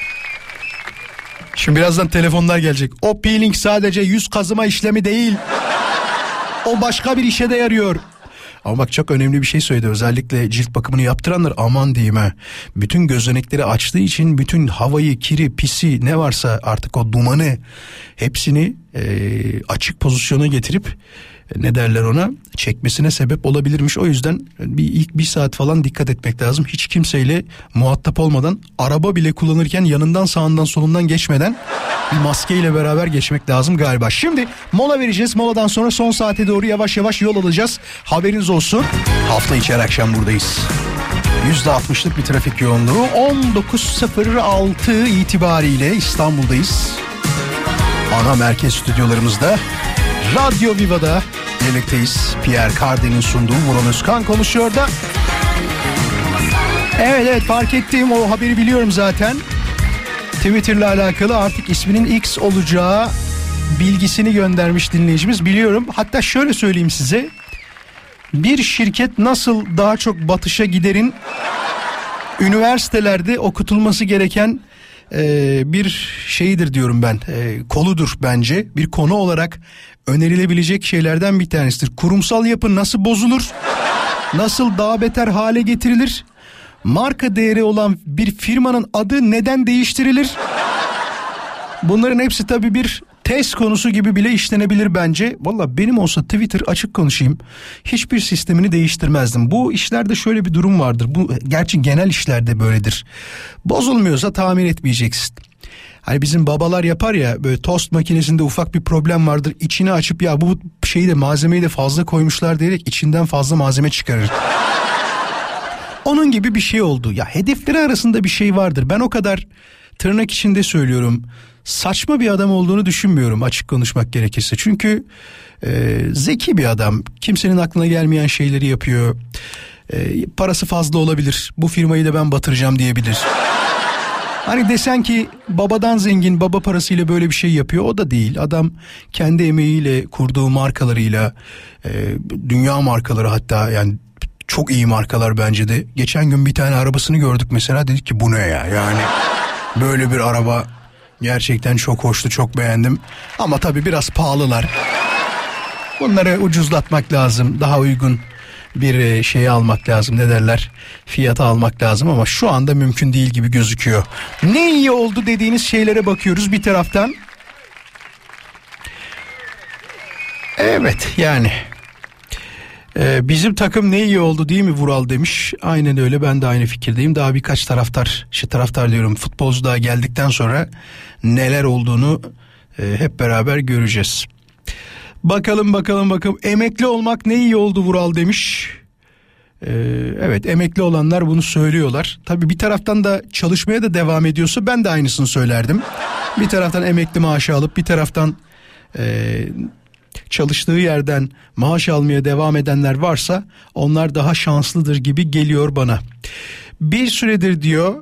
Şimdi birazdan telefonlar gelecek. O peeling sadece yüz kazıma işlemi değil. O başka bir işe de yarıyor. Ama bak, çok önemli bir şey söyledi. Özellikle cilt bakımını yaptıranlar aman diyeyim ha. Bütün gözenekleri açtığı için bütün havayı, kiri, pisi ne varsa artık o dumanı hepsini açık pozisyona getirip ne derler ona, çekmesine sebep olabilirmiş. O yüzden ilk 1 saat falan dikkat etmek lazım. Hiç kimseyle muhatap olmadan, araba bile kullanırken yanından sağından solundan geçmeden bir maskeyle beraber geçmek lazım galiba. Şimdi mola vereceğiz. Moladan sonra son saate doğru yavaş yavaş yol alacağız. Haberiniz olsun. Hafta içi her akşam buradayız. %60'lık bir trafik yoğunluğu. 19.06 itibariyle İstanbul'dayız. Ana merkez stüdyolarımızda, Radyo Viva'da birlikteyiz. Pierre Cardin'in sunduğu Vural Özkan konuşuyor da. Evet fark ettiğim o haberi biliyorum zaten. Twitter'la alakalı artık isminin X olacağı bilgisini göndermiş dinleyicimiz, biliyorum. Hatta şöyle söyleyeyim size. Bir şirket nasıl daha çok batışa giderin üniversitelerde okutulması gereken bir şeydir diyorum ben. Koludur bence. Bir konu olarak önerilebilecek şeylerden bir tanesidir. Kurumsal yapı nasıl bozulur? Nasıl daha beter hale getirilir? Marka değeri olan bir firmanın adı neden değiştirilir? Bunların hepsi tabii bir test konusu gibi bile işlenebilir bence. Valla benim olsa Twitter, açık konuşayım, hiçbir sistemini değiştirmezdim. Bu işlerde şöyle bir durum vardır. Bu gerçi genel işlerde böyledir. Bozulmuyorsa tamir etmeyeceksin. Hani bizim babalar yapar ya, böyle tost makinesinde ufak bir problem vardır. İçini açıp ya bu şeyi de, malzemeyi de fazla koymuşlar diyerek içinden fazla malzeme çıkarır. Onun gibi bir şey oldu. Ya hedefleri arasında bir şey vardır. Ben o kadar, tırnak içinde söylüyorum, saçma bir adam olduğunu düşünmüyorum, açık konuşmak gerekirse. Çünkü zeki bir adam. Kimsenin aklına gelmeyen şeyleri yapıyor. Parası fazla olabilir. Bu firmayı da ben batıracağım diyebilir. Hani desen ki babadan zengin, baba parasıyla böyle bir şey yapıyor, o da değil. Adam kendi emeğiyle kurduğu markalarıyla, dünya markaları hatta, yani çok iyi markalar bence de. Geçen gün bir tane arabasını gördük mesela, dedik ki bu ne ya, yani böyle bir araba gerçekten çok hoştu, çok beğendim. Ama tabii biraz pahalılar. Bunları ucuzlatmak lazım, daha uygun bir şeyi almak lazım, ne derler, fiyata almak lazım, ama şu anda mümkün değil gibi gözüküyor. Ne iyi oldu dediğiniz şeylere bakıyoruz bir taraftan. Evet yani bizim takım ne iyi oldu değil mi Vural demiş. Aynen öyle, ben de aynı fikirdeyim. Daha birkaç taraftar diyorum, futbolcu daha geldikten sonra neler olduğunu hep beraber göreceğiz. Bakalım. Emekli olmak ne iyi oldu Vural demiş. Evet, emekli olanlar bunu söylüyorlar. Tabii bir taraftan da çalışmaya da devam ediyorsa ben de aynısını söylerdim. Bir taraftan emekli maaşı alıp bir taraftan çalıştığı yerden maaş almaya devam edenler varsa onlar daha şanslıdır gibi geliyor bana. Bir süredir diyor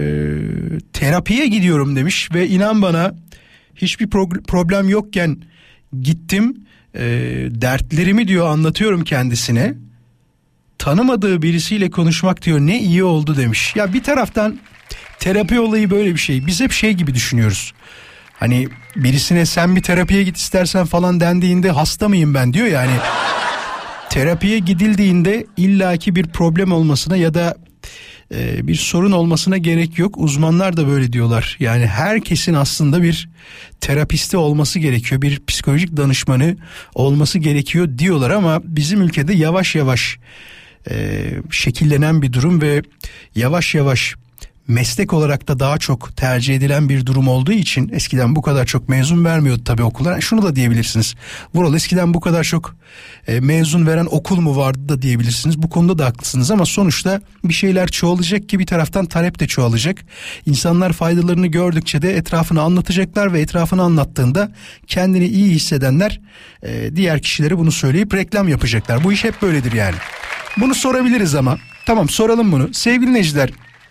terapiye gidiyorum demiş ve inan bana hiçbir problem yokken gittim, dertlerimi diyor anlatıyorum kendisine. Tanımadığı birisiyle konuşmak diyor ne iyi oldu demiş. Ya bir taraftan terapi olayı böyle bir şey. Biz hep şey gibi düşünüyoruz. Hani birisine sen bir terapiye git istersen falan dendiğinde hasta mıyım ben diyor yani. Terapiye gidildiğinde illaki bir problem olmasına ya da bir sorun olmasına gerek yok. Uzmanlar da böyle diyorlar. Yani herkesin aslında bir terapisti olması gerekiyor. Bir psikolojik danışmanı olması gerekiyor diyorlar ama bizim ülkede yavaş yavaş şekillenen bir durum ve yavaş yavaş meslek olarak da daha çok tercih edilen bir durum olduğu için eskiden bu kadar çok mezun vermiyordu tabii okullar. Şunu da diyebilirsiniz. Vural eskiden bu kadar çok mezun veren okul mu vardı da diyebilirsiniz. Bu konuda da haklısınız ama sonuçta bir şeyler çoğalacak ki bir taraftan talep de çoğalacak. İnsanlar faydalarını gördükçe de etrafını anlatacaklar ve etrafını anlattığında kendini iyi hissedenler diğer kişilere bunu söyleyip reklam yapacaklar. Bu iş hep böyledir yani. Bunu sorabiliriz ama. Tamam, soralım bunu. Sevgili dinleyiciler,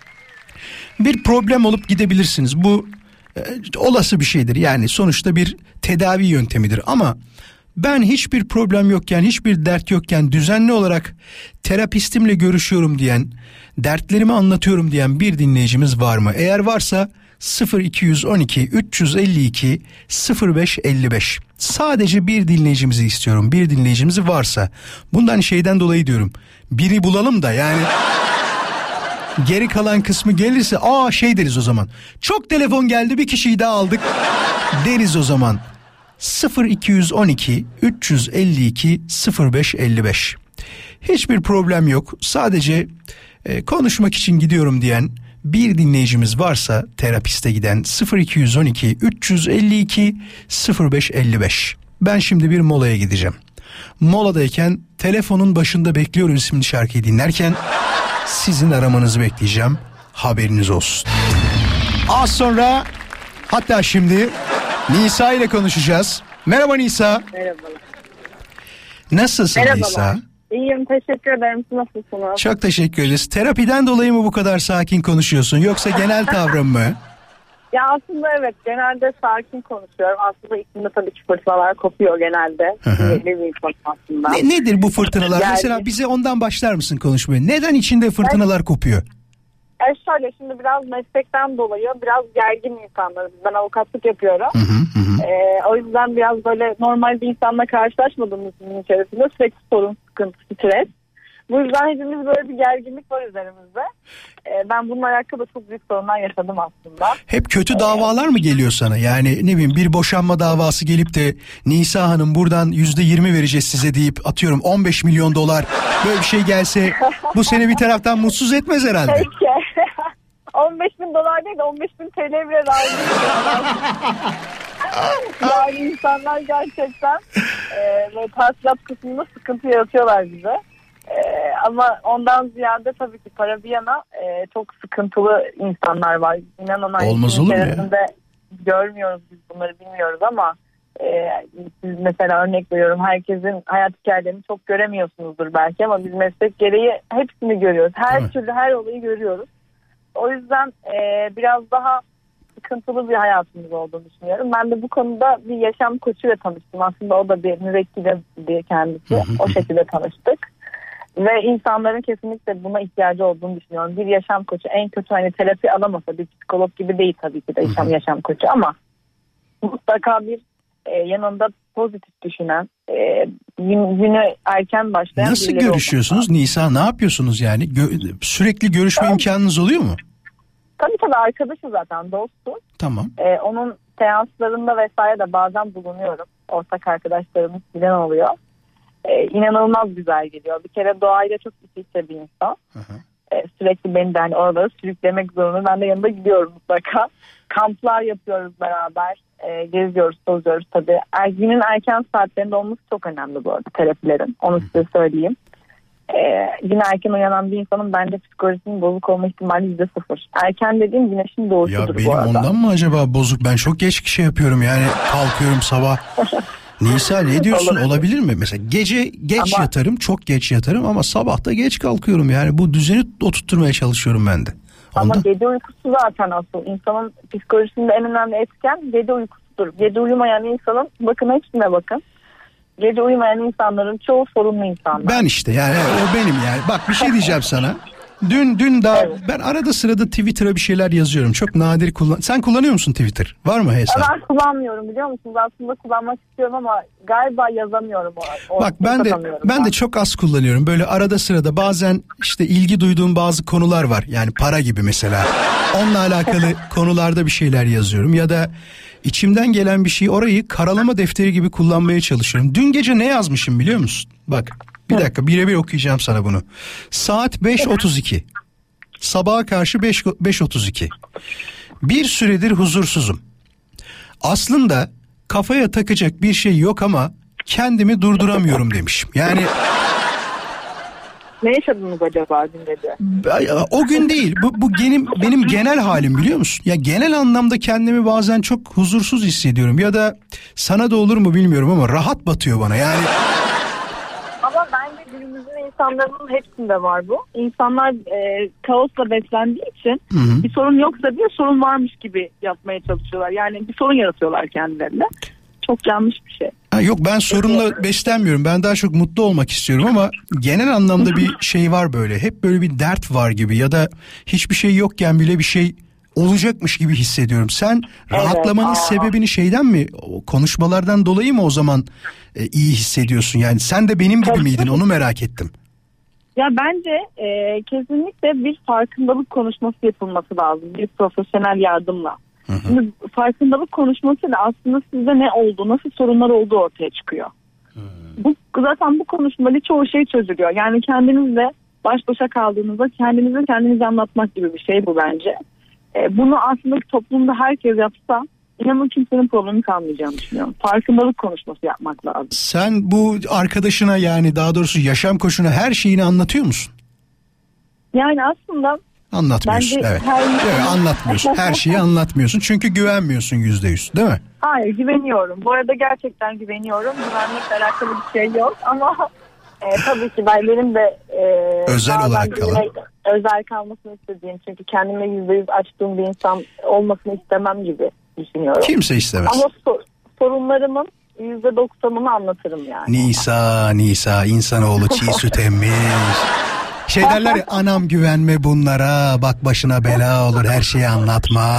bir problem olup gidebilirsiniz. Bu olası bir şeydir. Yani sonuçta bir tedavi yöntemidir. Ama ben hiçbir problem yokken, hiçbir dert yokken düzenli olarak terapistimle görüşüyorum diyen, dertlerimi anlatıyorum diyen bir dinleyicimiz var mı? Eğer varsa 0212 352 0555. Sadece bir dinleyicimizi istiyorum. Bir dinleyicimizi varsa. Bundan şeyden dolayı diyorum. Biri bulalım da yani... Geri kalan kısmı gelirse şey deriz o zaman. Çok telefon geldi, bir kişiyi daha aldık deriz o zaman. 0212 352 0555. Hiçbir problem yok. Sadece konuşmak için gidiyorum diyen bir dinleyicimiz varsa terapiste giden 0212 352 0555. Ben şimdi bir molaya gideceğim. Moladayken telefonun başında bekliyorum isimli şarkıyı dinlerken sizin aramanızı bekleyeceğim. Haberiniz olsun. Az sonra, hatta şimdi Nisa ile konuşacağız. Merhaba Nisa. Merhabalar. Nasılsın Nisa? İyiyim, teşekkür ederim. Siz nasılsınız? Çok teşekkür ederiz. Terapiden dolayı mı bu kadar sakin konuşuyorsun yoksa genel tavrın mı? Ya aslında evet, genelde sakin konuşuyorum. Aslında içimde tabii ki fırtınalar kopuyor genelde. Aslında. Nedir bu fırtınalar? Yani, mesela bize ondan başlar mısın konuşmaya? Neden içinde fırtınalar kopuyor? Şöyle, şimdi biraz meslekten dolayı biraz gergin insanlarız. Ben avukatlık yapıyorum. O yüzden biraz böyle normal bir insanla karşılaşmadığımız gün içerisinde sürekli sorun, sıkıntı, stres. Bu yüzden hepimiz böyle bir gerginlik var üzerimizde. Ben bununla alakalı çok büyük sorunlar yaşadım aslında. Hep kötü davalar mı geliyor sana? Yani ne bileyim, bir boşanma davası gelip de Nisa Hanım buradan %20 vereceğiz size deyip atıyorum 15 milyon dolar böyle bir şey gelse bu seni bir taraftan mutsuz etmez herhalde. Peki. 15 bin dolar değil de 15 bin TL bile razı. Yani insanlar gerçekten ve tahsilat kısmında sıkıntı yaratıyorlar bize. Ama ondan ziyade tabii ki para bir yana çok sıkıntılı insanlar var. İnanın olmaz olur mu ya? Görmüyoruz biz bunları, bilmiyoruz ama siz mesela örnek veriyorum, herkesin hayat hikayelerini çok göremiyorsunuzdur belki ama biz meslek gereği hepsini görüyoruz. Her türlü her olayı görüyoruz. O yüzden biraz daha sıkıntılı bir hayatımız olduğunu düşünüyorum. Ben de bu konuda bir yaşam koçuyla tanıştım. Aslında o da bir müvekkile diye kendisi. O şekilde tanıştık. Ve insanların kesinlikle buna ihtiyacı olduğunu düşünüyorum. Bir yaşam koçu, en kötü hani terapi alamasa, bir psikolog gibi değil tabii ki de yaşam koçu ama mutlaka bir yanında pozitif düşünen, günü erken başlayan. Nasıl görüşüyorsunuz Nisa? Ne yapıyorsunuz yani? Sürekli görüşme imkanınız oluyor mu? Tabii arkadaşı zaten, dostu. Tamam. Onun seanslarında vesaire de bazen bulunuyorum. Ortak arkadaşlarımız bilen oluyor. İnanılmaz güzel geliyor. Bir kere doğayla çok iç içe bir insan. Sürekli beni de hani oralara sürüklemek zorunda. Ben de yanında gidiyorum mutlaka. Kamplar yapıyoruz beraber. Geziyoruz, tozuyoruz tabii. Günün erken saatlerinde olması çok önemli bu arada terapilerin. Onu size söyleyeyim. Yine erken uyanan bir insanın bence psikolojisinin bozuk olma ihtimali %0. Erken dediğim güneşin doğuşudur bu arada. Ya benim ondan mı acaba bozuk? Ben çok geç şey yapıyorum yani, kalkıyorum sabah. Nisa ne diyorsun, olabilir mi? Mesela gece geç yatarım, çok geç yatarım ama sabah da geç kalkıyorum. Yani bu düzeni oturtmaya çalışıyorum ben de. Ama gece uykusu zaten asıl. İnsanın psikolojisinde en önemli etken gece uykusudur. Gece uyumayan insanın, bakın hepsine bakın. Gece uyumayan insanların çoğu sorunlu insanlar. Ben işte yani o benim yani. Bak bir şey diyeceğim sana. Dün daha ben arada sırada Twitter'a bir şeyler yazıyorum. Çok nadir Sen kullanıyor musun Twitter? Var mı hesap? Ben kullanmıyorum, biliyor musunuz? Aslında kullanmak istiyorum ama galiba yazamıyorum. Bak ben de çok az kullanıyorum. Böyle arada sırada bazen işte ilgi duyduğum bazı konular var. Yani para gibi mesela. Onunla alakalı konularda bir şeyler yazıyorum. Ya da içimden gelen bir şey, orayı karalama defteri gibi kullanmaya çalışıyorum. Dün gece ne yazmışım biliyor musun? Bak bir dakika, birebir okuyacağım sana bunu. Saat 5.32. Sabaha karşı 5.32. Bir süredir huzursuzum. Aslında kafaya takacak bir şey yok ama kendimi durduramıyorum demişim. Yani ne yaşadınız acaba dün gece? O gün değil. Bu benim genel halim, biliyor musun? Ya genel anlamda kendimi bazen çok huzursuz hissediyorum. Ya da sana da olur mu bilmiyorum ama rahat batıyor bana. Yani ama bence günümüzün insanların hepsinde var bu. İnsanlar kaosla beslendiği için bir sorun yoksa bir sorun varmış gibi yapmaya çalışıyorlar. Yani bir sorun yaratıyorlar kendilerine. Çok yanlış bir şey. Yok, ben sorunla beslenmiyorum. Ben daha çok mutlu olmak istiyorum ama genel anlamda bir şey var böyle. Hep böyle bir dert var gibi ya da hiçbir şey yokken bile bir şey olacakmış gibi hissediyorum. Sen rahatlamanın sebebini şeyden mi, konuşmalardan dolayı mı o zaman iyi hissediyorsun? Yani sen de benim gibi miydin, onu merak ettim. Ya bence kesinlikle bir farkındalık konuşması yapılması lazım. Bir profesyonel yardımla. Şimdi farkındalık konuşmasıyla aslında sizde ne oldu, nasıl sorunlar olduğu ortaya çıkıyor. Zaten bu konuşmayla çoğu şey çözülüyor. Yani kendinizle baş başa kaldığınızda kendinize anlatmak gibi bir şey bu bence. Bunu aslında toplumda herkes yapsa inanın kimsenin problemi kalmayacağını düşünüyorum. Farkındalık konuşması yapmak lazım. Sen bu arkadaşına, yani daha doğrusu yaşam koçuna her şeyini anlatıyor musun? Yani aslında anlatmıyorsun. Evet. Anlatmıyorsun. Her şeyi anlatmıyorsun. Çünkü güvenmiyorsun %100, değil mi? Hayır, güveniyorum. Bu arada gerçekten güveniyorum. Güvenmekle alakalı bir şey yok ama tabii ki benim de özel olarak özel kalmasını istediğim, çünkü kendime %100 açtığım bir insan olmasını istemem gibi düşünüyorum. Kimse istemez. Ama sorunlarımın %90'ını anlatırım yani. Nisa insanoğlu çiğ süt emmiş. Şey derler ya, anam güvenme bunlara, bak başına bela olur, her şeyi anlatma.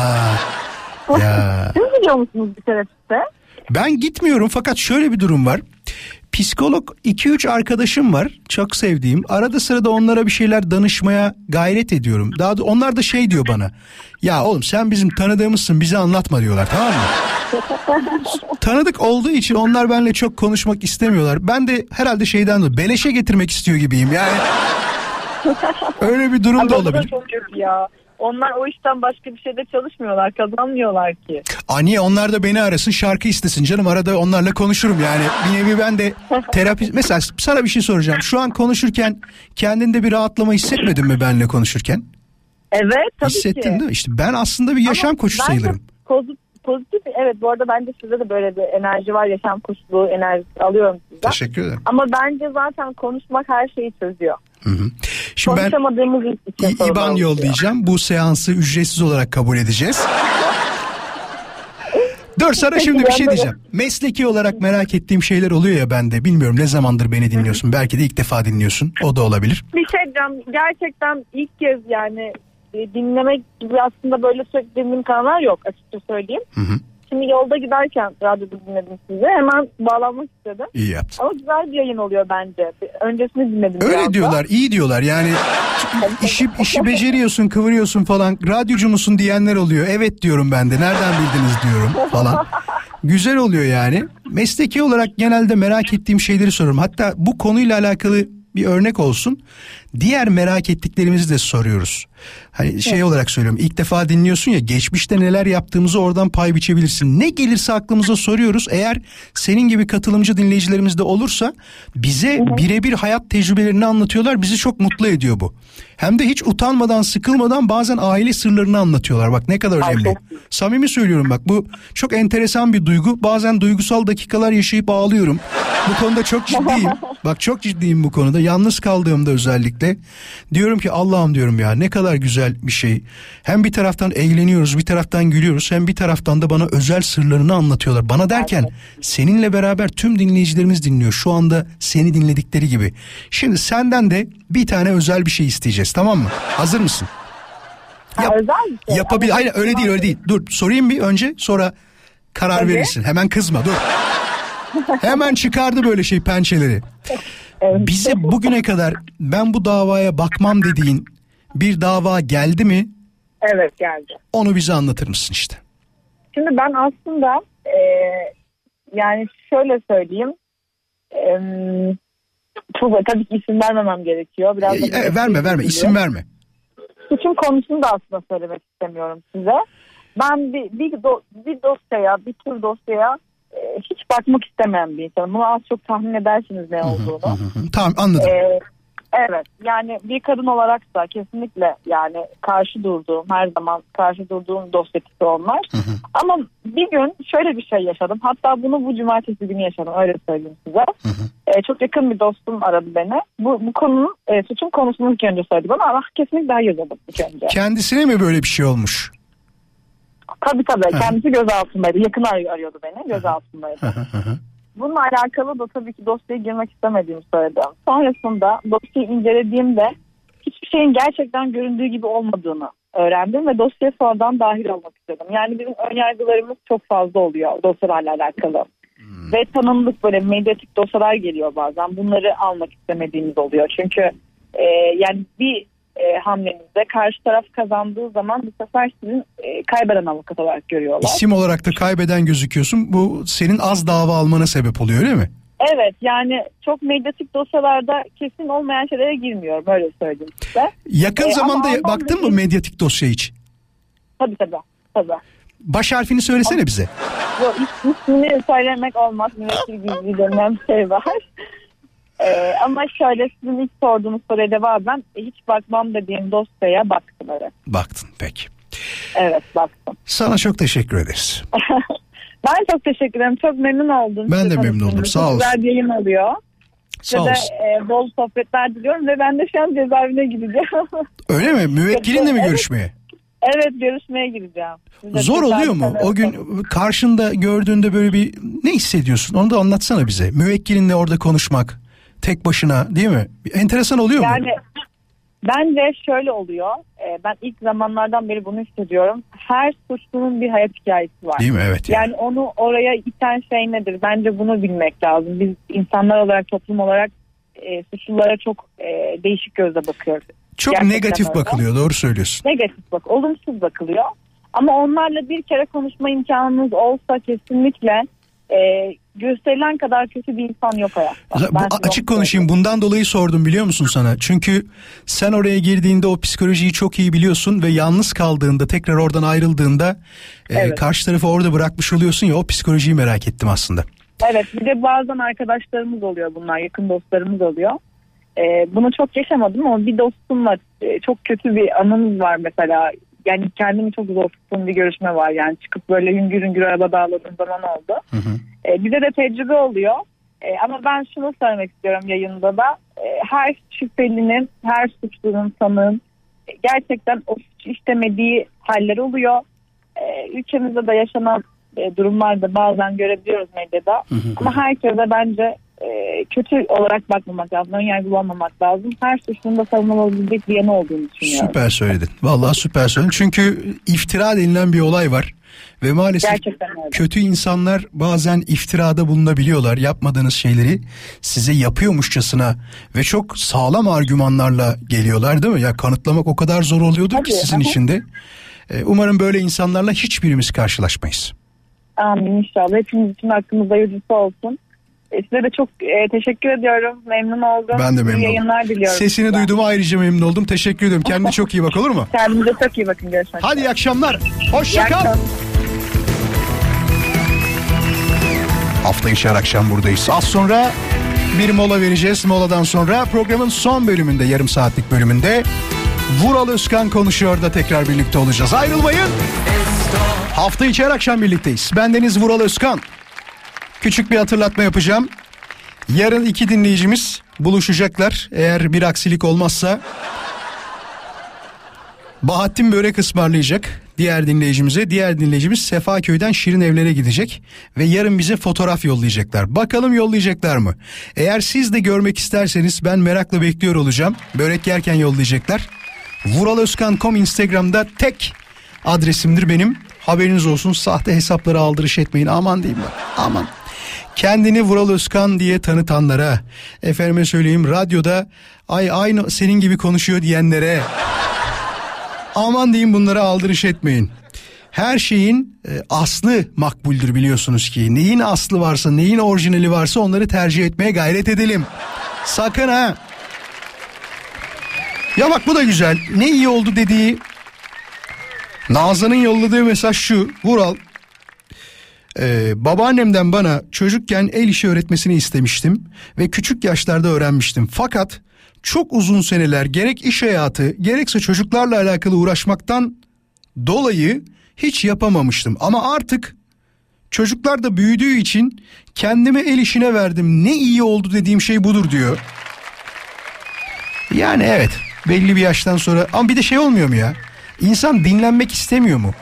Ya. Siz biliyor musunuz bir terapiste? Ben gitmiyorum fakat şöyle bir durum var. Psikolog 2-3 arkadaşım var, çok sevdiğim. Arada sırada onlara bir şeyler danışmaya gayret ediyorum. Onlar da şey diyor bana. Ya oğlum sen bizim tanıdığımızsın, bize anlatma diyorlar, tamam mı? Tanıdık olduğu için onlar benimle çok konuşmak istemiyorlar. Ben de herhalde şeyden dolayı beleşe getirmek istiyor gibiyim yani. Öyle bir durum da olabilir. Çok kötü ya. Onlar o işten başka bir şeyde çalışmıyorlar, kazanmıyorlar ki. Niye? Onlar da beni arasın, şarkı istesin canım, arada onlarla konuşurum yani. Bir nevi ben de terapi... Mesela sana bir şey soracağım. Şu an konuşurken kendinde bir rahatlama hissetmedin mi benimle konuşurken? Evet, tabii Hissettin ki. Değil mi? İşte ben aslında bir yaşam koçu sayılırım. Pozitif, evet, bu arada bence sizde de böyle bir enerji var, yaşam koçluğu enerjisi alıyorum sizden. Teşekkür ederim. Ama bence zaten konuşmak her şeyi çözüyor. Şimdi konuşamadığımız için İBAN yollayacağım. Bu seansı ücretsiz olarak kabul edeceğiz. Dur, sana şimdi bir şey diyeceğim. Mesleki olarak merak ettiğim şeyler oluyor ya bende. Bilmiyorum ne zamandır beni dinliyorsun. Belki de ilk defa dinliyorsun. O da olabilir. Bir şey diyeceğim. Gerçekten ilk kez yani dinlemek gibi aslında böyle sürekli dinlediğim kanallar yok, açıkça söyleyeyim. Şimdi yolda giderken radyoda dinledim sizi. Hemen bağlanmak istedim. İyi yaptın. Ama güzel bir yayın oluyor bence. Öncesini dinledim. Öyle diyorlar, iyi diyorlar. Yani işi beceriyorsun, kıvırıyorsun falan. Radyocu musun diyenler oluyor. Evet diyorum ben de. Nereden bildiniz diyorum falan. Güzel oluyor yani. Mesleki olarak genelde merak ettiğim şeyleri soruyorum. Hatta bu konuyla alakalı bir örnek olsun. diğer merak ettiklerimizi de soruyoruz. Hani şey olarak söylüyorum, ilk defa dinliyorsun ya, geçmişte neler yaptığımızı oradan pay biçebilirsin. Ne gelirse aklımıza soruyoruz. Eğer senin gibi katılımcı dinleyicilerimiz de olursa bize birebir hayat tecrübelerini anlatıyorlar. Bizi çok mutlu ediyor bu. Hem de hiç utanmadan, sıkılmadan bazen aile sırlarını anlatıyorlar. Bak ne kadar önemli. Samimi söylüyorum bak, bu çok enteresan bir duygu. Bazen duygusal dakikalar yaşayıp ağlıyorum. Bu konuda çok ciddiyim. Bak çok ciddiyim bu konuda. Yalnız kaldığımda özellikle diyorum ki Allah'ım diyorum ya, ne kadar güzel bir şey. Hem bir taraftan eğleniyoruz, bir taraftan gülüyoruz. Hem bir taraftan da bana özel sırlarını anlatıyorlar. Bana derken seninle beraber tüm dinleyicilerimiz dinliyor. Şu anda seni dinledikleri gibi. Şimdi senden de bir tane özel bir şey isteyeceğiz, tamam mı? Hazır mısın? Özel bir şey. Hayır öyle değil. Dur sorayım bir önce, sonra karar verirsin. Hemen kızma, dur. Hemen çıkardı böyle pençeleri. Evet. Bize bugüne kadar ben bu davaya bakmam dediğin bir dava geldi mi? Evet, geldi. Onu bize anlatır mısın işte? Şimdi ben aslında yani şöyle söyleyeyim. Çok tabii ki isim vermemem gerekiyor. Biraz verme isim verme. Suçun konusunu da aslında söylemek istemiyorum size. Ben bir dosyaya, bir tür dosyaya hiç bakmak istemeyen bir insanım. Bunu az çok tahmin edersiniz ne olduğunu. Tamam, anladım. Evet, yani bir kadın olarak da kesinlikle yani her zaman karşı durduğum dosya tipi onlar. Ama bir gün şöyle bir şey yaşadım. Hatta bunu bu cumartesi günü yaşadım, öyle söyleyeyim size. Çok yakın bir dostum aradı beni. Bu konunun suçun konusunu ilk önce söyledi bana ama kesinlikle hayır dedim ilk önce. Kendisine mi böyle bir şey olmuş? Tabii. Kendisi gözaltındaydı. Yakın arıyordu beni. Gözaltındaydı. Bununla alakalı da tabii ki dosyaya girmek istemediğimi söyledim. Sonrasında dosyayı incelediğimde hiçbir şeyin gerçekten göründüğü gibi olmadığını öğrendim ve dosyaya sonradan dahil olmak istedim. Yani bizim önyargılarımız çok fazla oluyor dosyalarla alakalı. Ve tanındık böyle medyatik dosyalar geliyor bazen. Bunları almak istemediğimiz oluyor. Çünkü yani bir hamlenizde karşı taraf kazandığı zaman bu sefer sizin kaybeden avukat olarak görüyorlar. İsim olarak da kaybeden gözüküyorsun. Bu senin az dava almana sebep oluyor, öyle mi? Evet, yani çok medyatik dosyalarda kesin olmayan şeylere girmiyorum, öyle söyleyeyim size. Yakın zamanda baktın mı medyatik dosya hiç? Tabii. Baş harfini söylesene bize. Yok, ismini söylemek olmaz. Müvekkil gizli denilen bir şey var. Ama şöyle, sizin ilk sorduğunuz soruya cevaben hiç bakmam dediğim dosyaya baktım. Evet. Baktın, peki. Evet, baktım. Sana çok teşekkür ederiz. Ben çok teşekkür ederim. Çok memnun oldum. Ben de memnun oldum. Sağ olsun. Güzel bir yayın oluyor. Sağ olsun. Bol sohbetler diliyorum ve ben de şu an cezaevine gideceğim. Öyle mi? Müvekkilinle mi görüşmeye? Evet, görüşmeye gideceğim. Zor oluyor mu? O gün karşında gördüğünde böyle bir ne hissediyorsun? Onu da anlatsana bize. Müvekkilinle orada konuşmak tek başına, değil mi? Enteresan oluyor mu? Yani bence şöyle oluyor. Ben ilk zamanlardan beri bunu hissediyorum. Her suçlunun bir hayat hikayesi var. Değil mi? Evet. Yani onu oraya iten şey nedir? Bence bunu bilmek lazım. Biz insanlar olarak, toplum olarak suçlulara çok değişik gözle bakıyoruz. Çok gerçekten negatif öyle. Bakılıyor, doğru söylüyorsun. Negatif olumsuz bakılıyor. Ama onlarla bir kere konuşma imkanınız olsa kesinlikle gösterilen kadar kötü bir insan yok hayatta. Açık konuşayım, bundan dolayı sordum, biliyor musun sana? Çünkü sen oraya girdiğinde o psikolojiyi çok iyi biliyorsun ve yalnız kaldığında, tekrar oradan ayrıldığında karşı tarafı orada bırakmış oluyorsun ya, o psikolojiyi merak ettim aslında. Evet, bir de bazen arkadaşlarımız oluyor bunlar, yakın dostlarımız oluyor. Bunu çok yaşamadım ama bir dostumla çok kötü bir anımız var mesela. Yani kendimi çok zor tuttuğum bir görüşme var. Yani çıkıp böyle hüngür hüngür arabada ağladığım zaman oldu. Bize de tecrübe oluyor. Ama ben şunu söylemek istiyorum yayında da. Her şüphelinin, her suçlunun, sanığın gerçekten o suç işlemediği haller oluyor. Ülkemizde de yaşanan durumlarda bazen görebiliyoruz medyada. Ama herkese bence kötü olarak bakmamak lazım. Önyargılı olmamak lazım. Her suçlunun da savunulabilecek bir yanı olduğunu düşünüyorum. Süper söyledin. Vallahi süper söyledin. Çünkü iftira denilen bir olay var. Ve maalesef kötü insanlar bazen iftirada bulunabiliyorlar. Yapmadığınız şeyleri size yapıyormuşçasına ve çok sağlam argümanlarla geliyorlar, değil mi? Ya kanıtlamak o kadar zor oluyordur ki sizin için de. Umarım böyle insanlarla hiçbirimiz karşılaşmayız. Amin inşallah. Hepimiz için hakkımızda hayırlısı olsun. Size de çok teşekkür ediyorum. Memnun oldum. Ben de memnun oldum. Yayınlar diliyorum. Sesini duyduğuma ayrıca memnun oldum. Teşekkür ediyorum. Kendine çok iyi bak, olur mu? Kendinize çok iyi bakın. Görüşmek üzere. Hadi iyi akşamlar. Hoşça kal. Hafta içi her akşam buradayız. Az sonra bir mola vereceğiz. Moladan sonra programın son bölümünde, yarım saatlik bölümünde Vural Özkan konuşuyor da tekrar birlikte olacağız. Ayrılmayın. Hafta içi her akşam birlikteyiz. Bendeniz Vural Özkan. Küçük bir hatırlatma yapacağım. Yarın 2 dinleyicimiz buluşacaklar. Eğer bir aksilik olmazsa Bahattin börek ısmarlayacak diğer dinleyicimize. Diğer dinleyicimiz Sefaköy'den Şirin Evler'e gidecek ve yarın bize fotoğraf yollayacaklar. Bakalım yollayacaklar mı? Eğer siz de görmek isterseniz ben merakla bekliyor olacağım. Börek yerken yollayacaklar. Vuralozkan.com Instagram'da tek adresimdir benim. Haberiniz olsun, sahte hesaplara aldırış etmeyin. Aman diyeyim ben, aman. Kendini Vural Özkan diye tanıtanlara, efendime söyleyeyim radyoda aynı senin gibi konuşuyor diyenlere, aman diyeyim, bunlara aldırış etmeyin. Her şeyin aslı makbuldür biliyorsunuz ki. Neyin aslı varsa, neyin orijinali varsa onları tercih etmeye gayret edelim. Sakın ha. Ya bak bu da güzel. Ne iyi oldu dediği, Nazan'ın yolladığı mesaj şu: Vural, babaannemden bana çocukken el işi öğretmesini istemiştim ve küçük yaşlarda öğrenmiştim. Fakat çok uzun seneler gerek iş hayatı gerekse çocuklarla alakalı uğraşmaktan dolayı hiç yapamamıştım. Ama artık çocuklar da büyüdüğü için kendimi el işine verdim. Ne iyi oldu dediğim şey budur diyor. Yani evet, belli bir yaştan sonra, ama bir de şey olmuyor mu ya? İnsan dinlenmek istemiyor mu?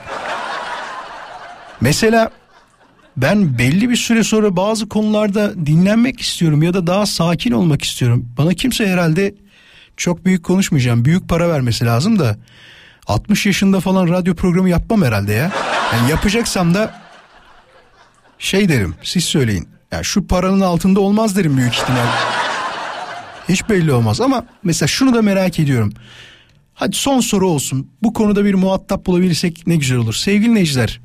Mesela ben belli bir süre sonra bazı konularda dinlenmek istiyorum ya da daha sakin olmak istiyorum. Bana kimse herhalde, çok büyük konuşmayacağım, büyük para vermesi lazım da 60 yaşında falan radyo programı yapmam herhalde ya. Yani yapacaksam da şey derim, siz söyleyin. Ya şu paranın altında olmaz derim büyük ihtimal. Hiç belli olmaz ama mesela şunu da merak ediyorum. Hadi son soru olsun. Bu konuda bir muhatap bulabilirsek ne güzel olur. Sevgili dinleyiciler,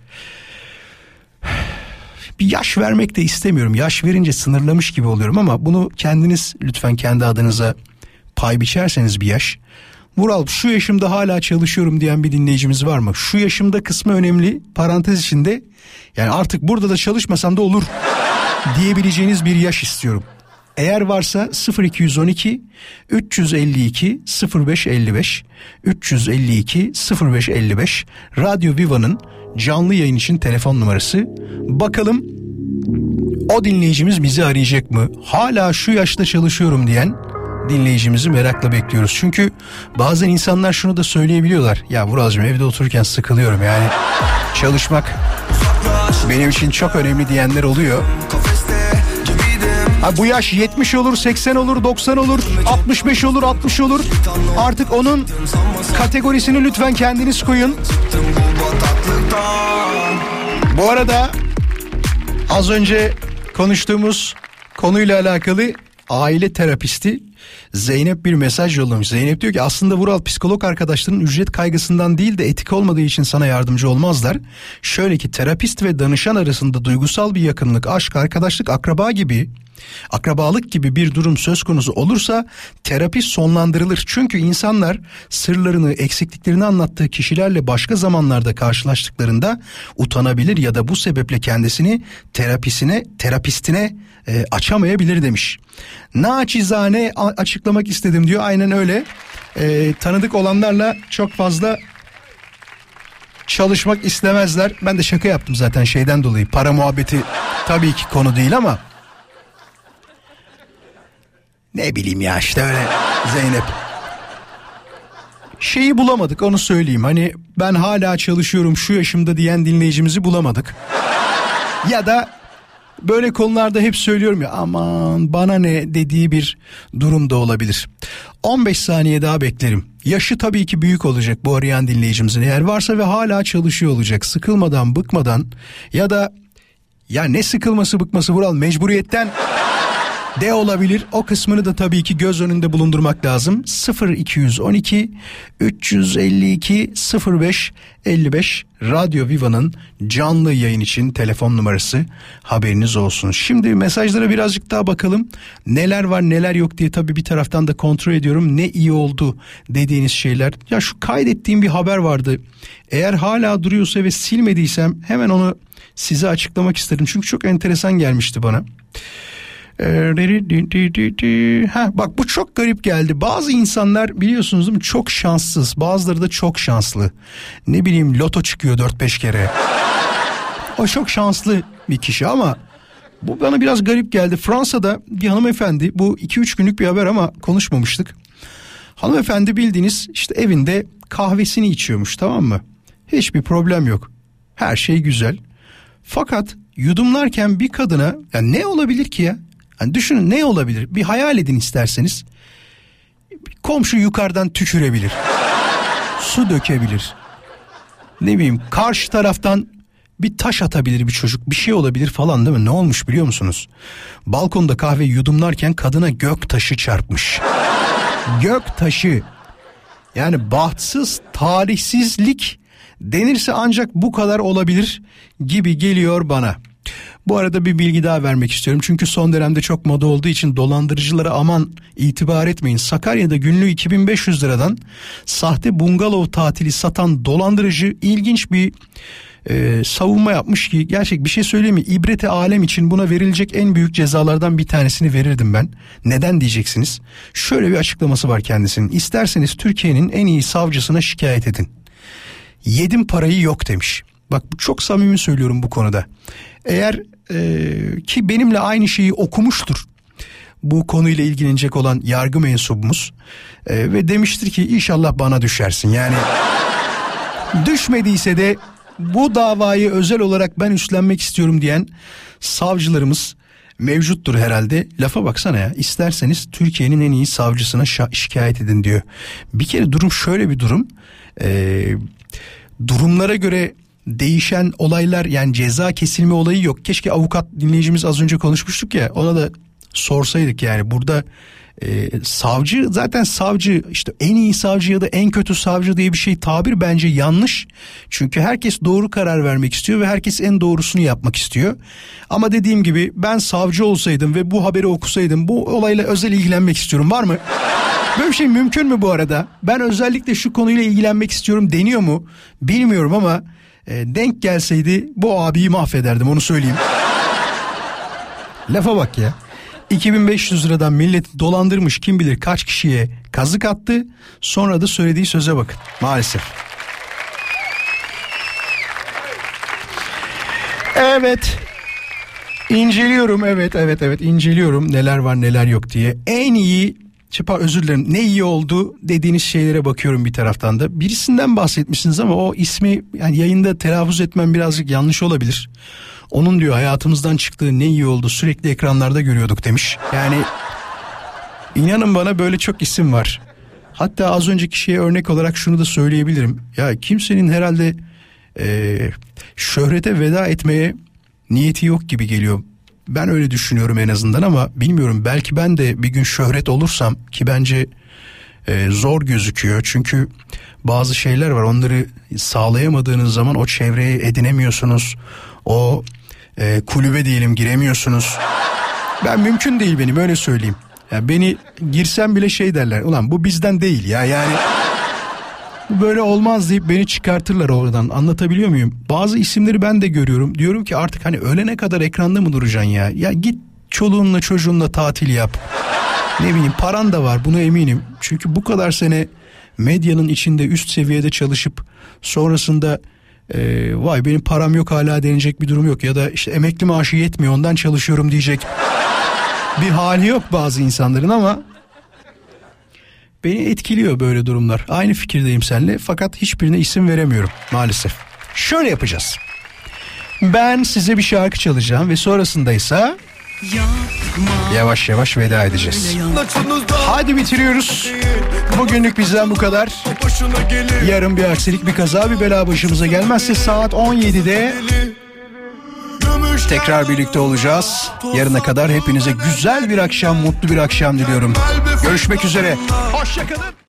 bir yaş vermek de istemiyorum. Yaş verince sınırlamış gibi oluyorum ama bunu kendiniz lütfen kendi adınıza pay biçerseniz bir yaş. Vural, şu yaşımda hala çalışıyorum diyen bir dinleyicimiz var mı? Şu yaşımda kısmı önemli. Parantez içinde, yani artık burada da çalışmasam da olur diyebileceğiniz bir yaş istiyorum. Eğer varsa 0212 352 0555 352 0555 Radyo Viva'nın canlı yayın için telefon numarası. Bakalım o dinleyicimiz bizi arayacak mı? Hala şu yaşta çalışıyorum diyen dinleyicimizi merakla bekliyoruz. Çünkü bazen insanlar şunu da söyleyebiliyorlar. Ya Vuralcığım, evde otururken sıkılıyorum, yani çalışmak benim için çok önemli diyenler oluyor. Ha, bu yaş 70 olur, 80 olur, 90 olur, 65 olur, 60 olur. Artık onun kategorisini lütfen kendiniz koyun. Bu arada az önce konuştuğumuz konuyla alakalı aile terapisti Zeynep bir mesaj yollamış. Zeynep diyor ki aslında Vural, psikolog arkadaşların ücret kaygısından değil de etik olmadığı için sana yardımcı olmazlar. Şöyle ki, terapist ve danışan arasında duygusal bir yakınlık, aşk, arkadaşlık, akrabalık gibi bir durum söz konusu olursa terapi sonlandırılır. Çünkü insanlar sırlarını, eksikliklerini anlattığı kişilerle başka zamanlarda karşılaştıklarında utanabilir ya da bu sebeple kendisini terapistine açamayabilir demiş. Naçizane açıklamak istedim diyor. Aynen öyle. Tanıdık olanlarla çok fazla çalışmak istemezler. Ben de şaka yaptım zaten şeyden dolayı. Para muhabbeti tabii ki konu değil ama ne bileyim ya, işte öyle Zeynep. Şeyi bulamadık, onu söyleyeyim. Hani ben hala çalışıyorum şu yaşımda diyen dinleyicimizi bulamadık. Ya da böyle konularda hep söylüyorum ya, aman bana ne dediği bir durum da olabilir. 15 saniye daha beklerim. Yaşı tabii ki büyük olacak bu arayan dinleyicimizin, eğer varsa, ve hala çalışıyor olacak. Sıkılmadan, bıkmadan ya da ya ne sıkılması bıkması Vural, mecburiyetten de olabilir. O kısmını da tabii ki göz önünde bulundurmak lazım. 0212 352 05 55 Radyo Viva'nın canlı yayın için telefon numarası, haberiniz olsun. Şimdi mesajlara birazcık daha bakalım. Neler var neler yok diye tabii bir taraftan da kontrol ediyorum. Ne iyi oldu dediğiniz şeyler. Ya şu kaydettiğim bir haber vardı. Eğer hala duruyorsa ve silmediysem hemen onu size açıklamak isterim. Çünkü çok enteresan gelmişti bana. Bak bu çok garip geldi. Bazı insanlar biliyorsunuz değil mi, çok şanssız. Bazıları da çok şanslı. Ne bileyim loto çıkıyor 4-5 kere. O çok şanslı bir kişi ama bu bana biraz garip geldi. Fransa'da bir hanımefendi, bu 2-3 günlük bir haber ama konuşmamıştık. Hanımefendi bildiğiniz işte evinde kahvesini içiyormuş, tamam mı? Hiçbir problem yok. Her şey güzel. Fakat yudumlarken bir kadına, ya ne olabilir ki ya? Yani düşünün, ne olabilir? Bir hayal edin isterseniz. Komşu yukarıdan tükürebilir. Su dökebilir. Ne bileyim, karşı taraftan bir taş atabilir bir çocuk. Bir şey olabilir falan, değil mi? Ne olmuş biliyor musunuz? Balkonda kahve yudumlarken kadına gök taşı çarpmış. Gök taşı. Yani bahtsız, talihsizlik denirse ancak bu kadar olabilir gibi geliyor bana. Bu arada bir bilgi daha vermek istiyorum. Çünkü son dönemde çok moda olduğu için dolandırıcılara aman itibar etmeyin. Sakarya'da günlüğü 2500 liradan sahte bungalov tatili satan dolandırıcı ilginç bir savunma yapmış ki gerçek bir şey söyleyeyim mi? İbreti alem için buna verilecek en büyük cezalardan bir tanesini verirdim ben. Neden diyeceksiniz? Şöyle bir açıklaması var kendisinin. İsterseniz Türkiye'nin en iyi savcısına şikayet edin. Yedim parayı yok demiş. Bak çok samimi söylüyorum bu konuda. Eğer ki benimle aynı şeyi okumuştur bu konuyla ilgilenecek olan yargı mensubumuz ve demiştir ki inşallah bana düşersin. Yani düşmediyse de bu davayı özel olarak ben üstlenmek istiyorum diyen savcılarımız mevcuttur herhalde. Lafa baksana ya, isterseniz Türkiye'nin en iyi savcısına şikayet edin diyor. Bir kere durum şöyle bir durum. Durumlara göre değişen olaylar, yani ceza kesilme olayı yok. Keşke avukat dinleyicimiz az önce konuşmuştuk ya, ona da sorsaydık. Yani burada savcı, zaten savcı işte en iyi savcı ya da en kötü savcı diye bir şey, tabir bence yanlış. Çünkü herkes doğru karar vermek istiyor ve herkes en doğrusunu yapmak istiyor. Ama dediğim gibi ben savcı olsaydım ve bu haberi okusaydım bu olayla özel ilgilenmek istiyorum. Var mı? Böyle bir şey mümkün mü bu arada? Ben özellikle şu konuyla ilgilenmek istiyorum deniyor mu? Bilmiyorum ama denk gelseydi bu abiyi mahvederdim, onu söyleyeyim. Lafa bak ya. 2500 liradan milleti dolandırmış, kim bilir kaç kişiye kazık attı. Sonra da söylediği söze bakın maalesef. Evet. İnceliyorum, evet inceliyorum neler var neler yok diye. En iyi, özür dilerim, ne iyi oldu dediğiniz şeylere bakıyorum bir taraftan da. Birisinden bahsetmişsiniz ama o ismi yani yayında telaffuz etmem birazcık yanlış olabilir. Onun diyor hayatımızdan çıktığı ne iyi oldu, sürekli ekranlarda görüyorduk demiş. Yani inanın bana böyle çok isim var. Hatta az önceki şeye örnek olarak şunu da söyleyebilirim. Ya kimsenin herhalde şöhrete veda etmeye niyeti yok gibi geliyor. Ben öyle düşünüyorum en azından ama bilmiyorum, belki ben de bir gün şöhret olursam, ki bence zor gözüküyor. Çünkü bazı şeyler var, onları sağlayamadığınız zaman o çevreye edinemiyorsunuz. O kulübe diyelim giremiyorsunuz. Ben mümkün değil benim, öyle söyleyeyim. Ya beni girsem bile şey derler, ulan bu bizden değil ya, yani bu böyle olmaz deyip beni çıkartırlar oradan. Anlatabiliyor muyum? Bazı isimleri ben de görüyorum. Diyorum ki artık hani ölene kadar ekranda mı duracaksın ya? Ya git çoluğunla çocuğunla tatil yap. Ne bileyim, paran da var, buna eminim. Çünkü bu kadar sene medyanın içinde üst seviyede çalışıp sonrasında vay benim param yok hala denecek bir durum yok. Ya da işte emekli maaşı yetmiyor ondan çalışıyorum diyecek bir hali yok bazı insanların ama beni etkiliyor böyle durumlar. Aynı fikirdeyim seninle fakat hiçbirine isim veremiyorum maalesef. Şöyle yapacağız. Ben size bir şarkı çalacağım ve sonrasındaysa yavaş yavaş veda edeceğiz. Hadi bitiriyoruz. Bugünlük bizden bu kadar. Yarın bir aksilik, bir kaza, bir bela başımıza gelmezse saat 17'de tekrar birlikte olacağız. Yarına kadar hepinize güzel bir akşam, mutlu bir akşam diliyorum. Görüşmek üzere. Hoşçakalın.